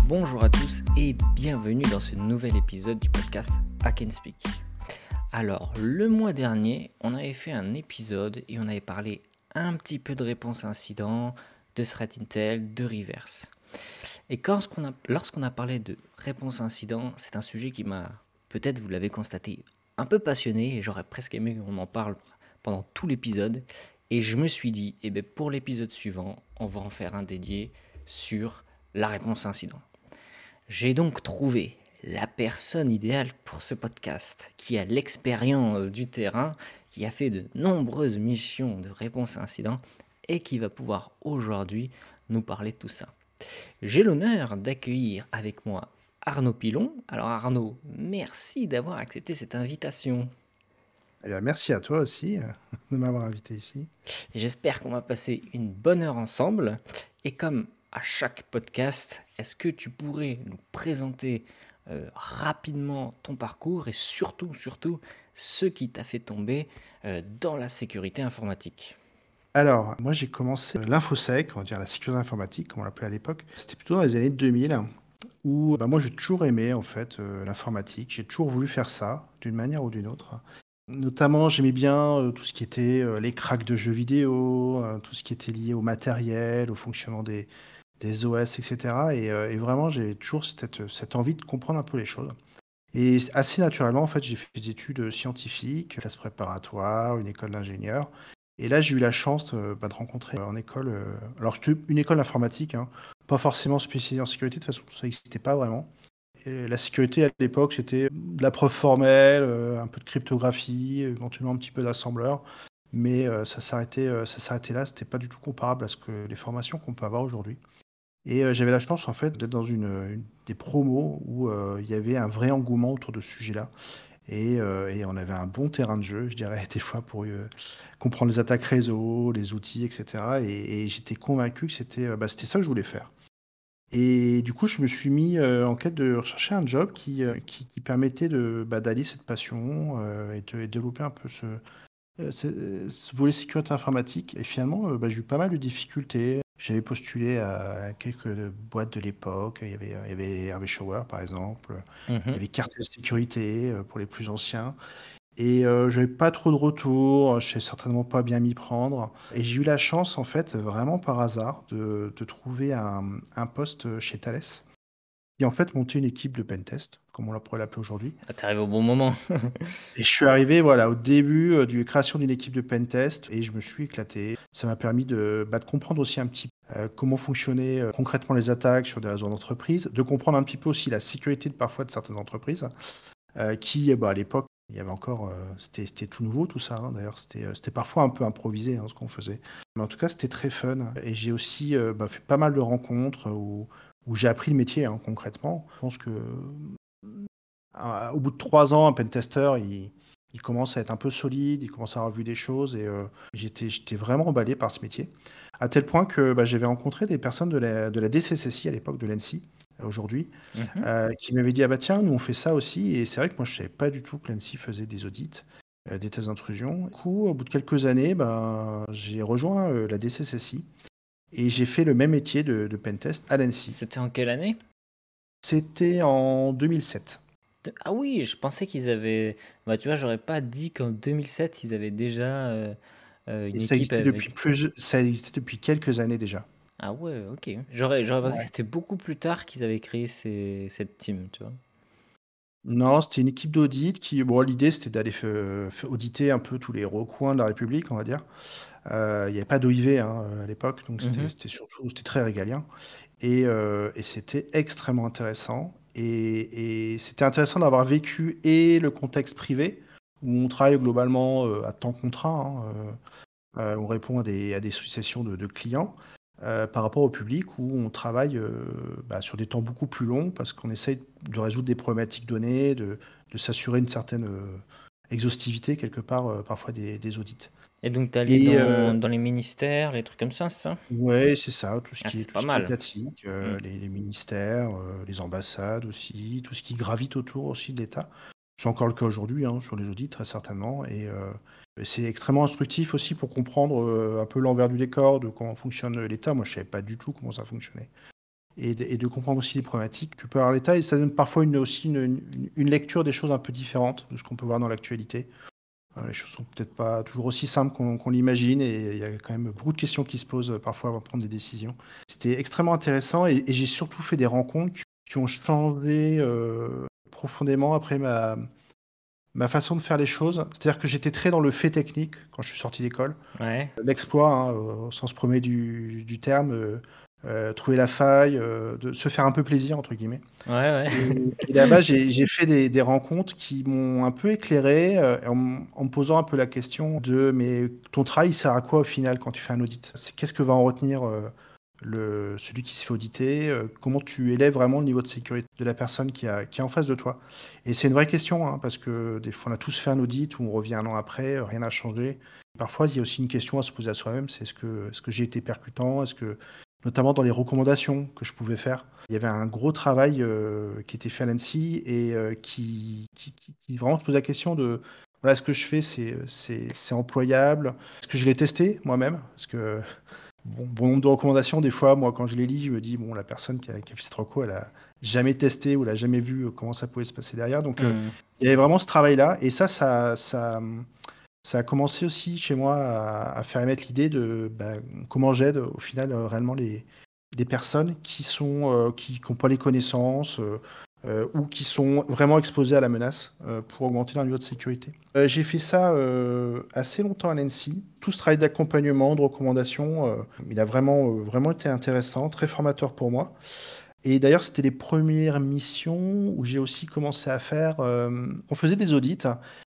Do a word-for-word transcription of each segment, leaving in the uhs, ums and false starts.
Bonjour à tous et bienvenue dans ce nouvel épisode du podcast Hack and Speak. Alors, le mois dernier, on avait fait un épisode et on avait parlé un petit peu de réponse à incident, de threat intel, de reverse. Et lorsqu'on a, lorsqu'on a parlé de réponse à incident, c'est un sujet qui m'a, peut-être vous l'avez constaté, un peu passionné et j'aurais presque aimé qu'on en parle pendant tout l'épisode. Et je me suis dit, eh bien, pour l'épisode suivant, on va en faire un dédié sur la réponse à incident. J'ai donc trouvé la personne idéale pour ce podcast, qui a l'expérience du terrain, qui a fait de nombreuses missions de réponse à incident et qui va pouvoir aujourd'hui nous parler de tout ça. J'ai l'honneur d'accueillir avec moi Arnaud Pilon. Alors Arnaud, merci d'avoir accepté cette invitation. Eh bien, merci à toi aussi euh, de m'avoir invité ici. Et j'espère qu'on va passer une bonne heure ensemble. Et comme à chaque podcast, est-ce que tu pourrais nous présenter euh, rapidement ton parcours et surtout, surtout, ce qui t'a fait tomber euh, dans la sécurité informatique? Alors, moi j'ai commencé l'infosec, on va dire la sécurité informatique, comme on l'appelait à l'époque. C'était plutôt dans les années deux mille, où bah, moi j'ai toujours aimé en fait euh, l'informatique. J'ai toujours voulu faire ça, d'une manière ou d'une autre. Notamment, j'aimais bien euh, tout ce qui était euh, les cracks de jeux vidéo, euh, tout ce qui était lié au matériel, au fonctionnement des, des O S, et cetera. Et, euh, et vraiment, j'ai toujours cette, cette envie de comprendre un peu les choses. Et c- assez naturellement, en fait, j'ai fait des études scientifiques, classe préparatoire, une école d'ingénieur. Et là, j'ai eu la chance euh, bah, de rencontrer euh, en école, euh, alors c'était une école d'informatique, hein, pas forcément spécialisée en sécurité, de toute façon, ça n'existait pas vraiment. Et la sécurité à l'époque, c'était de la preuve formelle, euh, un peu de cryptographie, éventuellement un petit peu d'assembleur, mais euh, ça s'arrêtait, euh, ça s'arrêtait là, c'était pas du tout comparable à ce que les formations qu'on peut avoir aujourd'hui. Et euh, j'avais la chance en fait d'être dans une, une- des promos où euh, il y avait un vrai engouement autour de ce sujet-là. Et, euh, et on avait un bon terrain de jeu, je dirais, des fois pour euh, comprendre les attaques réseau, les outils, et cetera. Et, et j'étais convaincu que c'était euh, bah, c'était ça que je voulais faire. Et du coup, je me suis mis euh, en quête de rechercher un job qui, euh, qui, qui permettait de, bah, d'allier cette passion euh, et de et développer un peu ce, euh, ce, ce volet sécurité informatique. Et finalement, euh, bah, j'ai eu pas mal de difficultés. J'avais postulé à quelques boîtes de l'époque. Il y avait, il y avait Hervé Shower, par exemple. Il y Mhm. avait Cartel Sécurité euh, pour les plus anciens. Et euh, j'avais pas trop de retours, je sais certainement pas bien m'y prendre. Et j'ai eu la chance, en fait, vraiment par hasard, de, de trouver un, un poste chez Thales, qui en fait montait une équipe de pentest, comme on la pourrait l'appeler aujourd'hui. Ah, t'es arrivé au bon moment. Et je suis arrivé voilà, au début euh, de la création d'une équipe de pentest et je me suis éclaté. Ça m'a permis de, bah, de comprendre aussi un petit peu euh, comment fonctionnaient euh, concrètement les attaques sur des réseaux d'entreprise, de comprendre un petit peu aussi la sécurité de, parfois de certaines entreprises. Euh, qui, bah, à l'époque, il y avait encore, euh, c'était, c'était tout nouveau tout ça, hein. D'ailleurs, c'était, euh, c'était parfois un peu improvisé hein, ce qu'on faisait. Mais en tout cas, c'était très fun. Et j'ai aussi euh, bah, fait pas mal de rencontres où, où j'ai appris le métier hein, concrètement. Je pense que euh, au bout de trois ans, un pentester, il, il commence à être un peu solide, il commence à avoir vu des choses et euh, j'étais, j'étais vraiment emballé par ce métier. À tel point que bah, j'avais rencontré des personnes de la, de la D C C C à l'époque, de l'A N S I, euh, aujourd'hui, Mhm. euh, qui m'avaient dit, ah bah tiens, nous on fait ça aussi. Et c'est vrai que moi je savais pas du tout que l'A N S I faisait des audits, euh, des tests d'intrusion. Du coup, au bout de quelques années, bah, j'ai rejoint euh, la D C C C et j'ai fait le même métier de, de pentest à l'A N S I. C'était en quelle année? C'était en deux mille sept. Ah oui, je pensais qu'ils avaient... Bah tu vois, j'aurais pas dit qu'en deux mille sept, ils avaient déjà euh, euh, Et une ça équipe existait depuis avec... plus, ça existait depuis quelques années déjà. Ah ouais, ok. J'aurais, j'aurais pensé que Ouais. c'était beaucoup plus tard qu'ils avaient créé ces- cette team, tu vois. Non, c'était une équipe d'audit qui, bon, l'idée c'était d'aller fa- fa- auditer un peu tous les recoins de la République, on va dire. Euh, Il n'y avait pas d'O I V hein, à l'époque, donc c'était Mhm. c'était surtout, c'était très régalien. Et, euh, et c'était extrêmement intéressant. Et, et c'était intéressant d'avoir vécu et le contexte privé, où on travaille globalement euh, à temps contraint, hein, euh, Euh, on répond à des, à des sollicitations de, de clients euh, par rapport au public où on travaille euh, bah, sur des temps beaucoup plus longs parce qu'on essaye de résoudre des problématiques données, de, de s'assurer une certaine euh, exhaustivité quelque part, euh, parfois des, des audits. Et donc t'es allé Et euh, dans, dans les ministères, les trucs comme ça, c'est ça? ouais, c'est ça, tout ce Ah, qui est, c'est tout pas ce qui est mal. étatique, Mm. euh, les, les ministères, euh, les ambassades aussi, tout ce qui gravite autour aussi de l'État. C'est encore le cas aujourd'hui hein, sur les audits, très certainement. Et euh, c'est extrêmement instructif aussi pour comprendre euh, un peu l'envers du décor de comment fonctionne l'État. Moi, je ne savais pas du tout comment ça fonctionnait. et de, et de comprendre aussi les problématiques que peut avoir l'État. Et ça donne parfois une, aussi une, une- une lecture des choses un peu différente de ce qu'on peut voir dans l'actualité. Euh, Les choses sont peut-être pas toujours aussi simples qu'on qu'on l'imagine et il y a quand même beaucoup de questions qui se posent euh, parfois avant de prendre des décisions. C'était extrêmement intéressant et, et j'ai surtout fait des rencontres qui qui ont changé euh, profondément après ma, ma façon de faire les choses. C'est-à-dire que j'étais très dans le fait technique quand je suis sorti d'école. Ouais, L'exploit, hein, au sens premier du, du terme, euh, euh, trouver la faille, euh, de se faire un peu plaisir, entre guillemets. ouais, ouais. Et, et là-bas, j'ai j'ai fait des, des rencontres qui m'ont un peu éclairé euh, en, m- en me posant un peu la question de mais ton travail il sert à quoi au final quand tu fais un audit? C'est qu'est-ce que va en retenir euh, le, celui qui se fait auditer? euh, comment tu élèves vraiment le niveau de sécurité de la personne qui, a, qui est en face de toi? Et c'est une vraie question hein, parce que des fois on a tous fait un audit où on revient un an après, euh, rien n'a changé. Parfois il y a aussi une question à se poser à soi-même, c'est est-ce que, est-ce que j'ai été percutant? Est-ce que notamment dans les recommandations que je pouvais faire. Il y avait un gros travail euh, qui était fait à l'A N S I et euh, qui, qui, qui- qui vraiment se pose la question de voilà, ce que je fais, c'est, c'est, c'est employable. Est-ce que je l'ai testé moi-même? Parce que bon, bon nombre de recommandations, des fois, moi, quand je les lis, je me dis, bon, la personne qui a, qui a fait cette reco, elle a jamais testé ou elle a jamais vu euh, comment ça pouvait se passer derrière. Donc, euh, Hmm. il y avait vraiment ce travail-là. Et ça, ça, ça, ça a commencé aussi chez moi à, à faire émettre l'idée de bah, comment j'aide au final euh, réellement les, les personnes qui sont euh, qui n'ont pas les connaissances euh, euh, ou qui sont vraiment exposées à la menace euh, pour augmenter leur niveau de sécurité. Euh, j'ai fait ça euh, assez longtemps à l'A N S I. Tout ce travail d'accompagnement, de recommandation, euh, il a vraiment, euh, vraiment été intéressant, très formateur pour moi. Et d'ailleurs, c'était les premières missions où j'ai aussi commencé à faire. Euh, on faisait des audits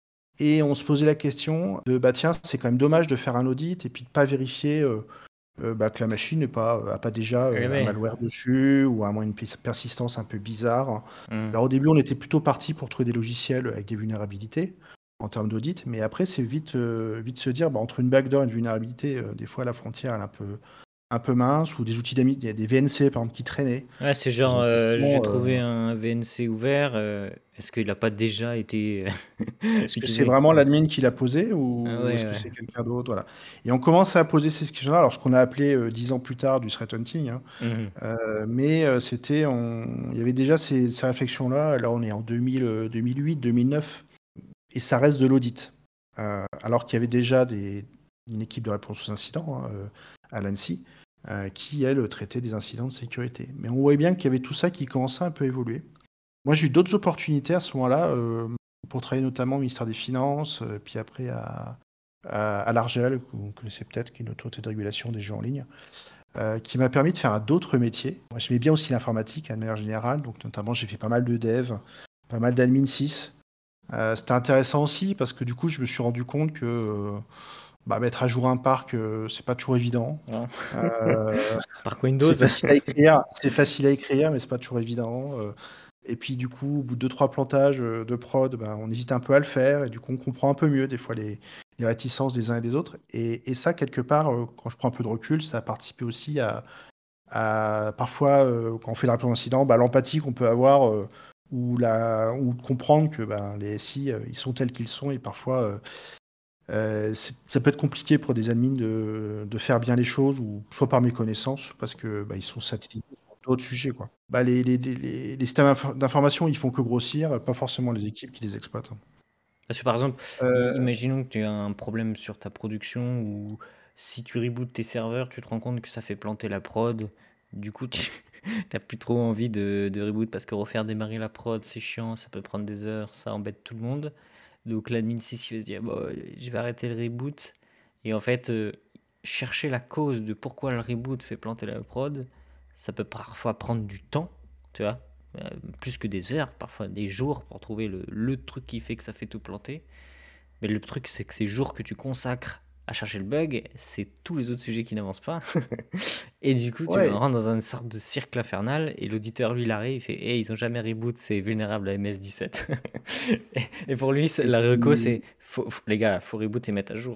et on se posait la question de bah tiens, c'est quand même dommage de faire un audit et puis de pas vérifier euh, euh, bah, que la machine n'est pas, a pas déjà Eh euh, un ben, malware dessus ou à moins une pers- persistance un peu bizarre. hmm. Alors au début, on était plutôt parti pour trouver des logiciels avec des vulnérabilités en termes d'audit, mais après, c'est vite, euh, vite se dire, bah, entre une backdoor et une vulnérabilité, euh, des fois la frontière elle est un peu, un peu mince, ou des outils d'amis, il y a des V N C par exemple qui traînaient. Ouais, c'est Se poser genre, la euh, j'ai question, trouvé euh, un V N C ouvert, euh, est-ce qu'il n'a pas déjà été est-ce que c'est utilisé? vraiment l'admin qui l'a posé Ah ou ouais, est-ce que ouais. c'est quelqu'un d'autre? Voilà. Et on commence à poser ces questions-là, alors ce qu'on a appelé euh, dix ans plus tard du threat hunting, hein. Mhm. Euh, mais euh, c'était, on- il y avait déjà ces, ces réflexions-là. Là, on est en deux mille, euh, deux mille huit, deux mille neuf, et ça reste de l'audit. Euh, alors qu'il y avait déjà des, une équipe de réponse aux incidents hein, euh, à l'A N S I euh, qui, elle, traitait des incidents de sécurité. Mais on voyait bien qu'il y avait tout ça qui commençait un peu à évoluer. Moi, j'ai eu d'autres opportunités à ce moment-là euh, pour travailler notamment au ministère des Finances, euh, puis après à, à, à l'Argel, que vous connaissez peut-être, qui est une autorité de régulation des jeux en ligne, euh, qui m'a permis de faire d'autres métiers. Moi, j'aimais bien aussi l'informatique, hein, de manière générale, donc notamment j'ai fait pas mal de dev, pas mal d'admin six. Euh, c'était intéressant aussi parce que du coup, je me suis rendu compte que euh, bah, mettre à jour un parc, euh, c'est pas toujours évident. Bon. Euh, Par c'est Windows? facile à écrire, c'est facile à écrire, mais c'est pas toujours évident. Euh, et puis du coup, au bout de deux trois plantages euh, de prod, ben, on hésite un peu à le faire et du coup, on comprend un peu mieux des fois les, les réticences des uns et des autres. Et, et ça, quelque part, euh, quand je prends un peu de recul, ça a participé aussi à, à parfois, euh, quand on fait la réponse d'incident, bah, l'empathie qu'on peut avoir euh, ou, la, ou de comprendre que ben, les S I, euh, ils sont tels qu'ils sont et parfois, euh, euh, c'est- ça peut être compliqué pour des admins de, de faire bien les choses, ou soit par méconnaissance, parce que bah, ils sont satellisés sur d'autres sujets, quoi. Bah, les, les, les, les- les systèmes infor- d'information, ils font que grossir, pas forcément les équipes qui les exploitent, hein. Parce que par exemple, i- Euh, imaginons que tu as un problème sur ta production ou si tu rebootes tes serveurs, tu te rends compte que ça fait planter la prod. Du coup, tu n'as plus trop envie de, de reboot parce que refaire démarrer la prod, c'est chiant, ça peut prendre des heures, ça embête tout le monde. Donc l'admin six, il va se dire, bon, je vais arrêter le reboot. Et en fait, euh, chercher la cause de pourquoi le reboot fait planter la prod, ça peut parfois prendre du temps, tu vois, euh, plus que des heures, parfois des jours pour trouver le, le truc qui fait que ça fait tout planter. Mais le truc, c'est que ces jours que tu consacres à chercher le bug, c'est tous les autres sujets qui n'avancent pas. Et du coup, tu ouais, rentres dans une sorte de cercle infernal. Et l'auditeur, lui, il arrive, il fait hey, ils ont jamais reboot, c'est vulnérable à M S dix-sept. et, et pour lui, et la reco, c'est puis, faut, faut- les gars, faut reboot et mettre à jour.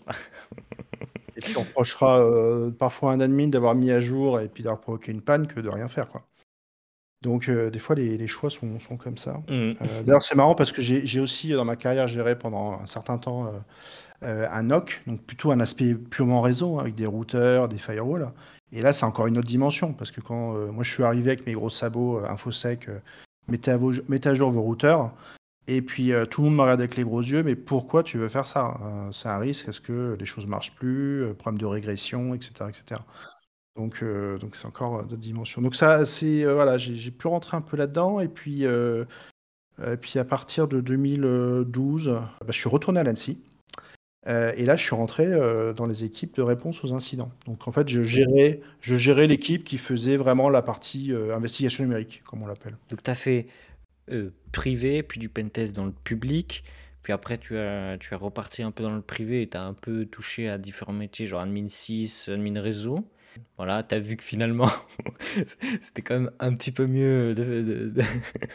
et puis on reprochera euh, parfois à un admin d'avoir mis à jour et puis d'avoir provoqué une panne que de rien faire, quoi. Donc heu, des fois les les choix sont sont comme ça. Mmh. Heu, d'ailleurs c'est marrant parce que j'ai j'ai aussi, heu, dans ma carrière géré pendant un certain temps, heu heu, un N O C, donc plutôt un aspect purement réseau, hein, avec des routeurs, des firewalls. Et là, c'est encore une autre dimension parce que quand, heu, moi je suis arrivé avec mes gros sabots, heu, infosec, heu, mettez à vos mettez à jour vos routeurs et puis, heu, tout le monde me regarde avec les gros yeux: «Mais pourquoi tu veux faire ça? Heu, c'est un risque, est-ce que les choses marchent plus? Heu, problème de régression?» et cetera et cetera. Donc heu, donc c'est encore, heu, d'autres dimensions. Donc ça, c'est, heu, voilà, j'ai j'ai pu rentrer un peu là-dedans et puis, heu heu, puis à partir de deux mille douze, bah, je suis retourné à l'Annecy, heu et là, je suis rentré, heu, dans les équipes de réponse aux incidents. Donc en fait, je gérais je gérais l'équipe qui faisait vraiment la partie, heu, investigation numérique, comme on l'appelle. Donc tu as fait, heu, privé, puis du pentest dans le public, puis après tu as tu es reparti un peu dans le privé et tu as un peu touché à différents métiers, genre admin sys, admin réseau. Voilà, tu as vu que finalement c c'était quand même un petit peu mieux de de de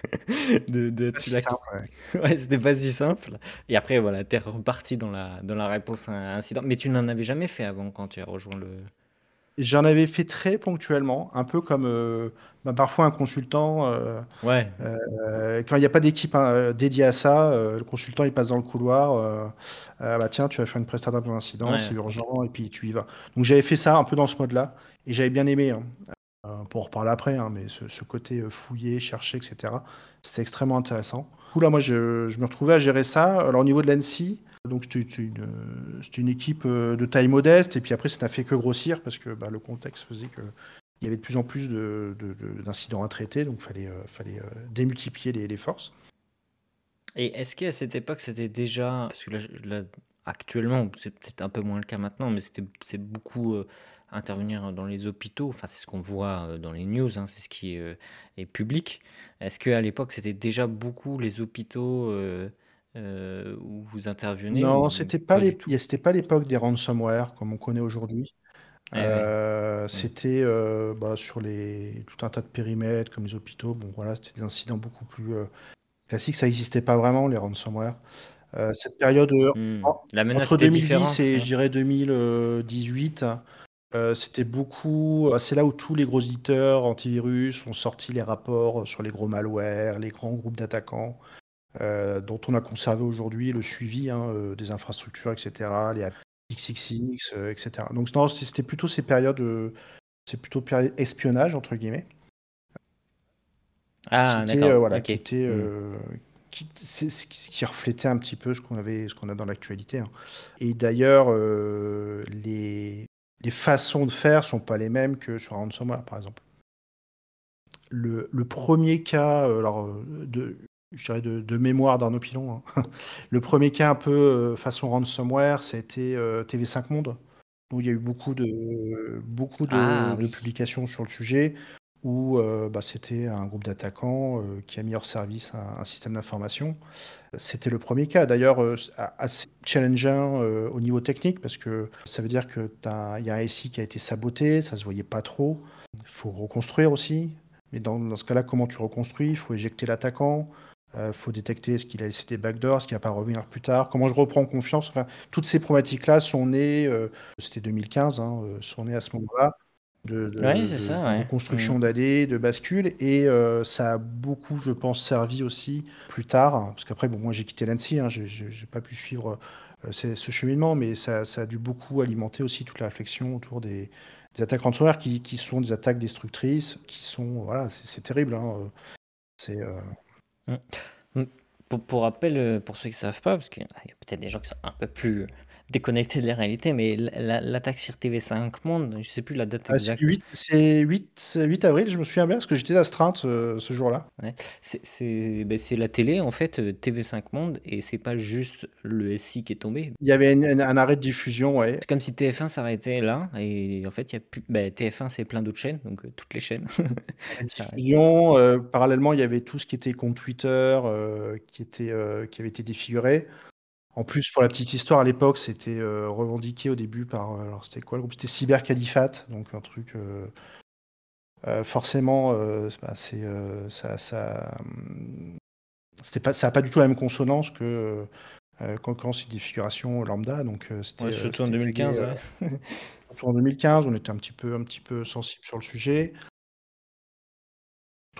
de Pas d'être si celui-là simple, qui ouais. ouais, c'était pas si simple et après voilà, tu es reparti dans la dans la réponse à un incident. Mais tu n'en avais jamais fait avant quand tu as rejoint le J'en avais fait très ponctuellement, un peu comme, heu, bah, parfois un consultant, heu ouais, heu, quand il y a pas d'équipe, hein, heu, dédiée à ça, heu, le consultant il passe dans le couloir, heu heu, bah, tiens, tu vas faire une prestation d'un incident, ouais, c'est OK. urgent et puis tu y vas. Donc j'avais fait ça un peu dans ce mode-là et j'avais bien aimé, hein. Heu, on peut en reparler après, hein, mais ce ce côté, heu, fouiller, chercher et cetera, c'est extrêmement intéressant. Du coup, là, moi, je je me retrouvais à gérer ça. Alors au niveau de l'Annecy, donc c'était c'était une, heu, c'était une équipe, heu, de taille modeste et puis après ça n'a fait que grossir parce que, bah, le contexte faisait qu'il y avait de plus en plus de de de d'incidents à traiter, donc fallait, heu, fallait, heu, démultiplier les les forces. Et est-ce qu'à cette époque, c'était déjà parce que là, je là, actuellement, c'est peut-être un peu moins le cas maintenant, mais c'était c'est beaucoup, heu, intervenir dans les hôpitaux. Enfin, c'est ce qu'on voit, heu, dans les news, hein, c'est ce qui, heu, est public. Est-ce qu'à l'époque, c'était déjà beaucoup les hôpitaux, heu heu, où vous intervenez Non, ou c'était pas pas du l'ép tout? y a c'était pas l'époque des ransomware comme on connaît aujourd'hui. Eh ouais, Heu, mmh. c'était, heu, bah, sur les tout un tas de périmètres comme les hôpitaux. Bon voilà, c'était des incidents beaucoup plus, heu, classiques. Ça existait pas vraiment les ransomware. Heu, cette période, heu, Mmh. en La menace entre était deux mille dix différente, et je non? dirais deux mille dix-huit, heu, c'était beaucoup bah, c'est là où tous les gros éditeurs antivirus ont sorti les rapports, sur les gros malwares, les grands groupes d'attaquants, heu, dont on a conservé aujourd'hui le suivi, hein, heu, des infrastructures et cetera, les X X X, heu, et cetera. Donc non, c'était c'était plutôt ces périodes, heu, c'est plutôt période «espionnage» entre guillemets, qui Ah était, heu, d'accord, voilà, qui OK. était, Mmh. heu, qui c'est ce qui ce qui reflétait un petit peu ce qu'on avait ce qu'on a dans l'actualité, hein. Et d'ailleurs, heu, les les façons de faire sont pas les mêmes que sur un ransomware, par exemple. Le le premier cas, heu, alors, heu, de je dirais de de mémoire d'Arnaud Pilon, hein. Le premier cas un peu, heu, façon ransomware, c'était, heu, T V cinq Monde, où il y a eu beaucoup de beaucoup Ah de de oui. publications sur le sujet, où, heu, bah, c'était un groupe d'attaquants, heu, qui a mis hors service un un système d'information. C'était le premier cas d'ailleurs, heu, s a assez challengeant, heu, au niveau technique parce que ça veut dire que tu il y a un S I qui a été saboté, ça se voyait pas trop. Il faut reconstruire aussi, mais dans dans ce cas-là, comment tu reconstruis? Il faut éjecter l'attaquant, il faut détecter est-ce qu'il a laissé des backdoors, est-ce qu'il va pas revenir plus tard? Comment je reprends confiance? Enfin, toutes ces problématiques-là sont nées, heu, c'était deux mille quinze, hein, heu, sont nées à ce moment-là de Ouais, de c'est de ça, bah, ouais. Mmh. reconstruction d'A D, de bascule et heu, ça a beaucoup, je pense, servi aussi plus tard, hein, parce qu'après, bon, moi, j'ai quitté l'Annecy, hein, j'ai j'ai j'ai pas pu suivre, heu, ces ce cheminement, mais ça ça a dû beaucoup alimenter aussi toute la réflexion autour des des attaques ransomware qui qui sont des attaques destructrices, qui sont voilà, c'est c'est terrible, hein, heu, c'est, heu Mmh. Mmh. Pour pour rappel, heu, pour ceux qui ne savent pas, parce qu'il y a il y a peut-être des gens qui sont un peu plus, heu, déconnectés de la réalité, mais l la l'attaque sur T V cinq Monde, je ne sais plus la date ah, c'est du exacte. huit c'est huit huit avril, je me souviens bien parce que j'étais d'astreinte, ce ce jour-là. Ouais, c'est c'est beh, c'est la télé en fait, heu, T V cinq Monde et c'est pas juste le S I qui est tombé. Il y avait une une un arrêt de diffusion, ouais. C'est comme si T F un s'arrêtait là et en fait, il y a plus bah, T F un, c'est plein d'autres chaînes, donc heu, toutes les chaînes La s'arrêtent. diffusion, heu, parallèlement, il y avait tout ce qui était compte Twitter, heu, qui était, heu, qui avait été défiguré. En plus, pour la petite histoire, à l'époque, c'était, heu, revendiqué au début par, heu, alors c'était quoi le groupe? C'était Cyber Califate, donc un truc, heu heu, forcément, heu, bah, c'est, heu, ça ça, mmh, c'était pas ça a pas du tout la même consonance que, heu quand quand c'est une défiguration lambda, donc heu, c'était, Ouais, heu, surtout en c'était tagué, deux mille quinze, heu, ouais. surtout en deux mille quinze, on était un petit peu un petit peu sensible sur le sujet.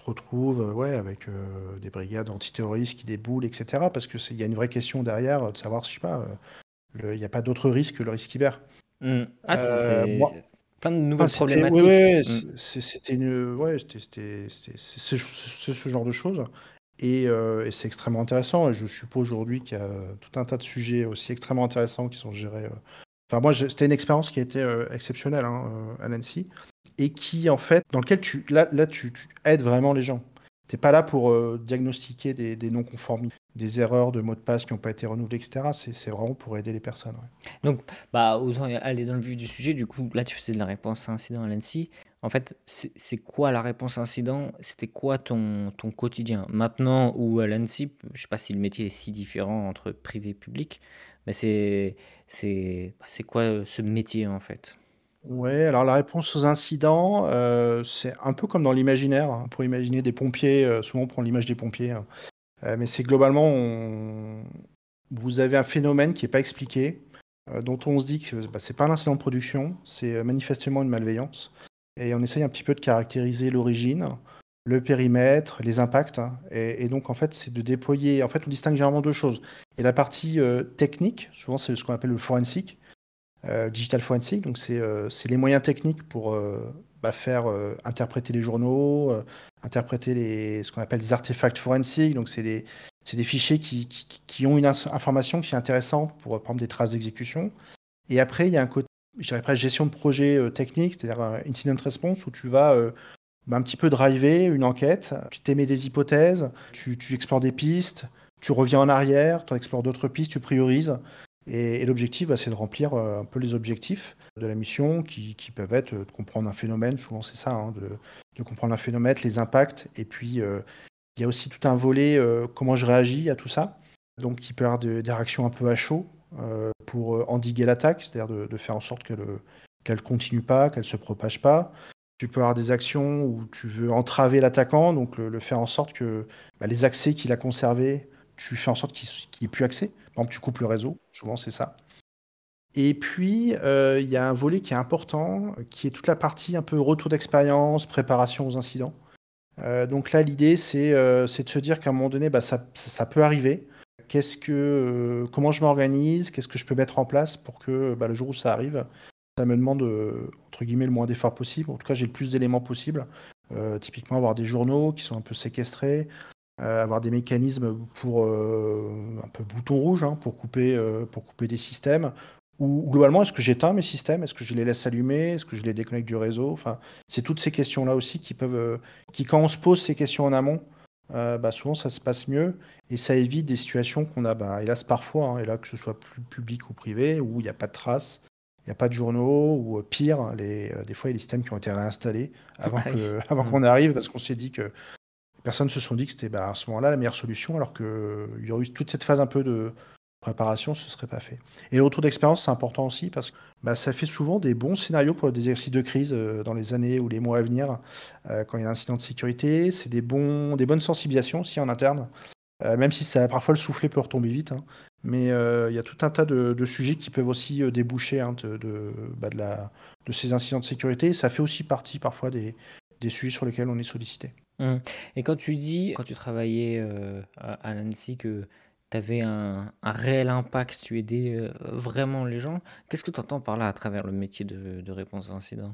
retrouves euh, ouais, avec euh, des brigades antiterroristes qui déboulent, et cetera. Parce qu'il y a une vraie question derrière euh, de savoir, je sais pas, euh, le- il n'y a pas d'autre risque que le risque cyber. Hmm. Ah, c'est Euh, c'est- moi, c'est plein de enfin, nouvelles c'était, ouais, problématiques. ouais, ouais, Hmm. c'est- c'est- c'était une, ouais, c'était, c'était, c'était- c'est c'est- c'est ce genre de choses. Et, euh, et c'est extrêmement intéressant. Et je suppose aujourd'hui qu'il y a tout un tas de sujets aussi extrêmement intéressants qui sont gérés. euh. Enfin, moi, je- c'était une expérience qui a été euh, exceptionnelle hein, euh, à l'Annecy et qui, en fait, dans lequel tu, là, là, tu, tu aides vraiment les gens. T'es pas là pour euh, diagnostiquer des, des non-conformités, des erreurs de mots de passe qui n'ont pas été renouvelés, et cetera. C'est c'est vraiment pour aider les personnes. Ouais. Donc, bah, autant aller dans le vif du sujet. Du coup, là, tu faisais de la réponse à incident à l'A N S I. En fait, c'est c'est quoi la réponse à incident? C'était quoi ton, ton quotidien? Maintenant, ou à l'A N S I, je sais pas si le métier est si différent entre privé et public, mais c'est c'est bah, c'est quoi euh, ce métier en fait? Ouais, alors la réponse aux incidents, euh, c'est un peu comme dans l'imaginaire. Hein. Pour imaginer des pompiers, euh, souvent on prend l'image des pompiers. Hein. Euh, mais c'est globalement, on- vous avez un phénomène qui n'est pas expliqué, euh, dont on se dit que bah, c'est pas un incident de production, c'est euh, manifestement une malveillance. Et on essaye un petit peu de caractériser l'origine, le périmètre, les impacts. Hein. Et, et donc en fait, c'est de déployer. En fait, on distingue généralement deux choses. Et la partie euh, technique, souvent c'est ce qu'on appelle le forensic, euh, digital forensic. Donc c'est euh, c'est les moyens techniques pour euh, bah, faire euh, interpréter les journaux, euh, interpréter les, ce qu'on appelle des artefacts forensiques. Donc c'est des, c'est des fichiers qui, qui, qui ont une ins- information qui est intéressante pour euh, prendre des traces d'exécution. Et après, il y a un côté, je dirais presque gestion de projet euh, technique, c'est-à-dire un incident response où tu vas euh, bah, un petit peu driver une enquête, tu t'émets des hypothèses, tu, tu explores des pistes, tu reviens en arrière, tu explores d'autres pistes, tu priorises. Et, et l'objectif, bah, c'est de remplir euh, un peu les objectifs de la mission qui, qui peuvent être euh, de comprendre un phénomène, souvent c'est ça, hein, de, de comprendre un phénomène, les impacts. Et puis, euh, il y a aussi tout un volet euh, comment je réagis à tout ça. Donc, il peut y avoir de- des réactions un peu à chaud euh, pour euh, endiguer l'attaque, c'est-à-dire de, de faire en sorte que le- qu'elle continue pas, qu'elle se propage pas. Tu peux avoir des actions où tu veux entraver l'attaquant, donc le, le faire en sorte que bah, les accès qu'il a conservés, tu fais en sorte qu'il qu'il ait plus accès. Par exemple, tu coupes le réseau, souvent c'est ça. Et puis, euh, il y a un volet qui est important, qui est toute la partie un peu retour d'expérience, préparation aux incidents. Euh, donc là, l'idée, c'est euh, c'est de se dire qu'à un moment donné, bah, ça, ça, ça peut arriver. Qu'est-ce que, euh, comment je m'organise? Qu'est-ce que je peux mettre en place pour que bah, le jour où ça arrive, ça me demande, euh, entre guillemets, le moins d'efforts possible. En tout cas, j'ai le plus d'éléments possible. Euh, typiquement, avoir des journaux qui sont un peu séquestrés, euh, avoir des mécanismes pour euh, un peu bouton rouge hein, pour couper, euh, pour couper des systèmes. Ou ou globalement, est-ce que j'éteins mes systèmes? Est-ce que je les laisse allumer? Est-ce que je les déconnecte du réseau? Enfin, c'est toutes ces questions-là aussi qui peuvent, euh, qui quand on se pose ces questions en amont, euh, bah, souvent ça se passe mieux et ça évite des situations qu'on a, bah, hélas parfois, hein, et là que ce soit plus public ou privé, où il n'y a pas de traces, il n'y a pas de journaux, ou euh, pire, hein, les, euh, des fois il y a des systèmes qui ont été réinstallés avant Ah oui. que, avant Hmm. qu'on arrive parce qu'on s'est dit que les personnes se sont dit que c'était bah, à ce moment-là la meilleure solution, alors qu'il y aurait eu toute cette phase un peu de préparation, ce ne serait pas fait. Et le retour d'expérience, c'est important aussi parce que bah, ça fait souvent des bons scénarios pour des exercices de crise euh, dans les années ou les mois à venir, euh, quand il y a un incident de sécurité. C'est des, bons, des bonnes sensibilisations aussi en interne, euh, même si ça, parfois le soufflet peut retomber vite. Hein. Mais euh, il y a tout un tas de, de sujets qui peuvent aussi euh, déboucher hein, de, de, bah, de, la, de ces incidents de sécurité. Ça fait aussi partie parfois des, des sujets sur lesquels on est sollicité. Hmm. Et quand tu dis, quand tu travaillais euh, à, à l'A N S I, que tu avais un, un réel impact, tu aidais euh, vraiment les gens, qu'est-ce que tu entends par là à travers le métier de, de réponse à incident?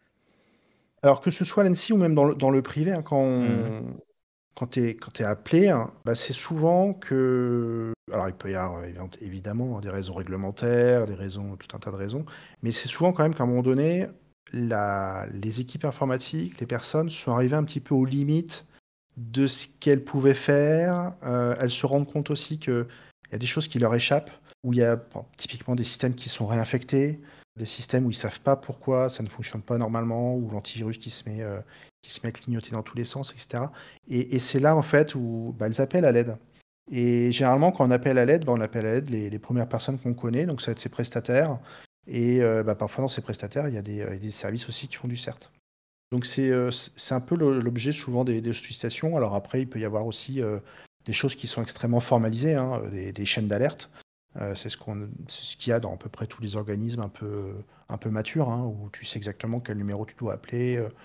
Alors que ce soit à l'A N S I ou même dans le, dans le privé, hein, quand, Hmm. on- quand tu es, quand t'es appelé, hein, bah, c'est souvent que... Alors il peut y avoir euh, évidemment hein, des raisons réglementaires, des raisons, tout un tas de raisons, mais c'est souvent quand même qu'à un moment donné, la, les équipes informatiques, les personnes sont arrivées un petit peu aux limites de ce qu'elles pouvaient faire. Euh, elles se rendent compte aussi qu'il y a des choses qui leur échappent, où il y a bon, typiquement des systèmes qui sont réinfectés, des systèmes où ils savent pas pourquoi ça ne fonctionne pas normalement, ou l'antivirus qui se met, euh, qui se met à clignoter dans tous les sens, et cetera. Et, et c'est là en fait où bah, elles appellent à l'aide. Et généralement, quand on appelle à l'aide, bah, on appelle à l'aide les, les premières personnes qu'on connaît, donc ça va être ses prestataires. Et euh, bah, parfois, dans ces prestataires, il y a des, euh, des services aussi qui font du C E R T. Donc c'est euh, c- c'est un peu le- l'objet souvent des, des sollicitations. Alors après, il peut y avoir aussi euh, des choses qui sont extrêmement formalisées, hein, euh, des, des chaînes d'alerte. Euh, c'est ce qu'on, c'est ce qu'il y a dans à peu près tous les organismes un peu, un peu matures, hein, où tu sais exactement quel numéro tu dois appeler,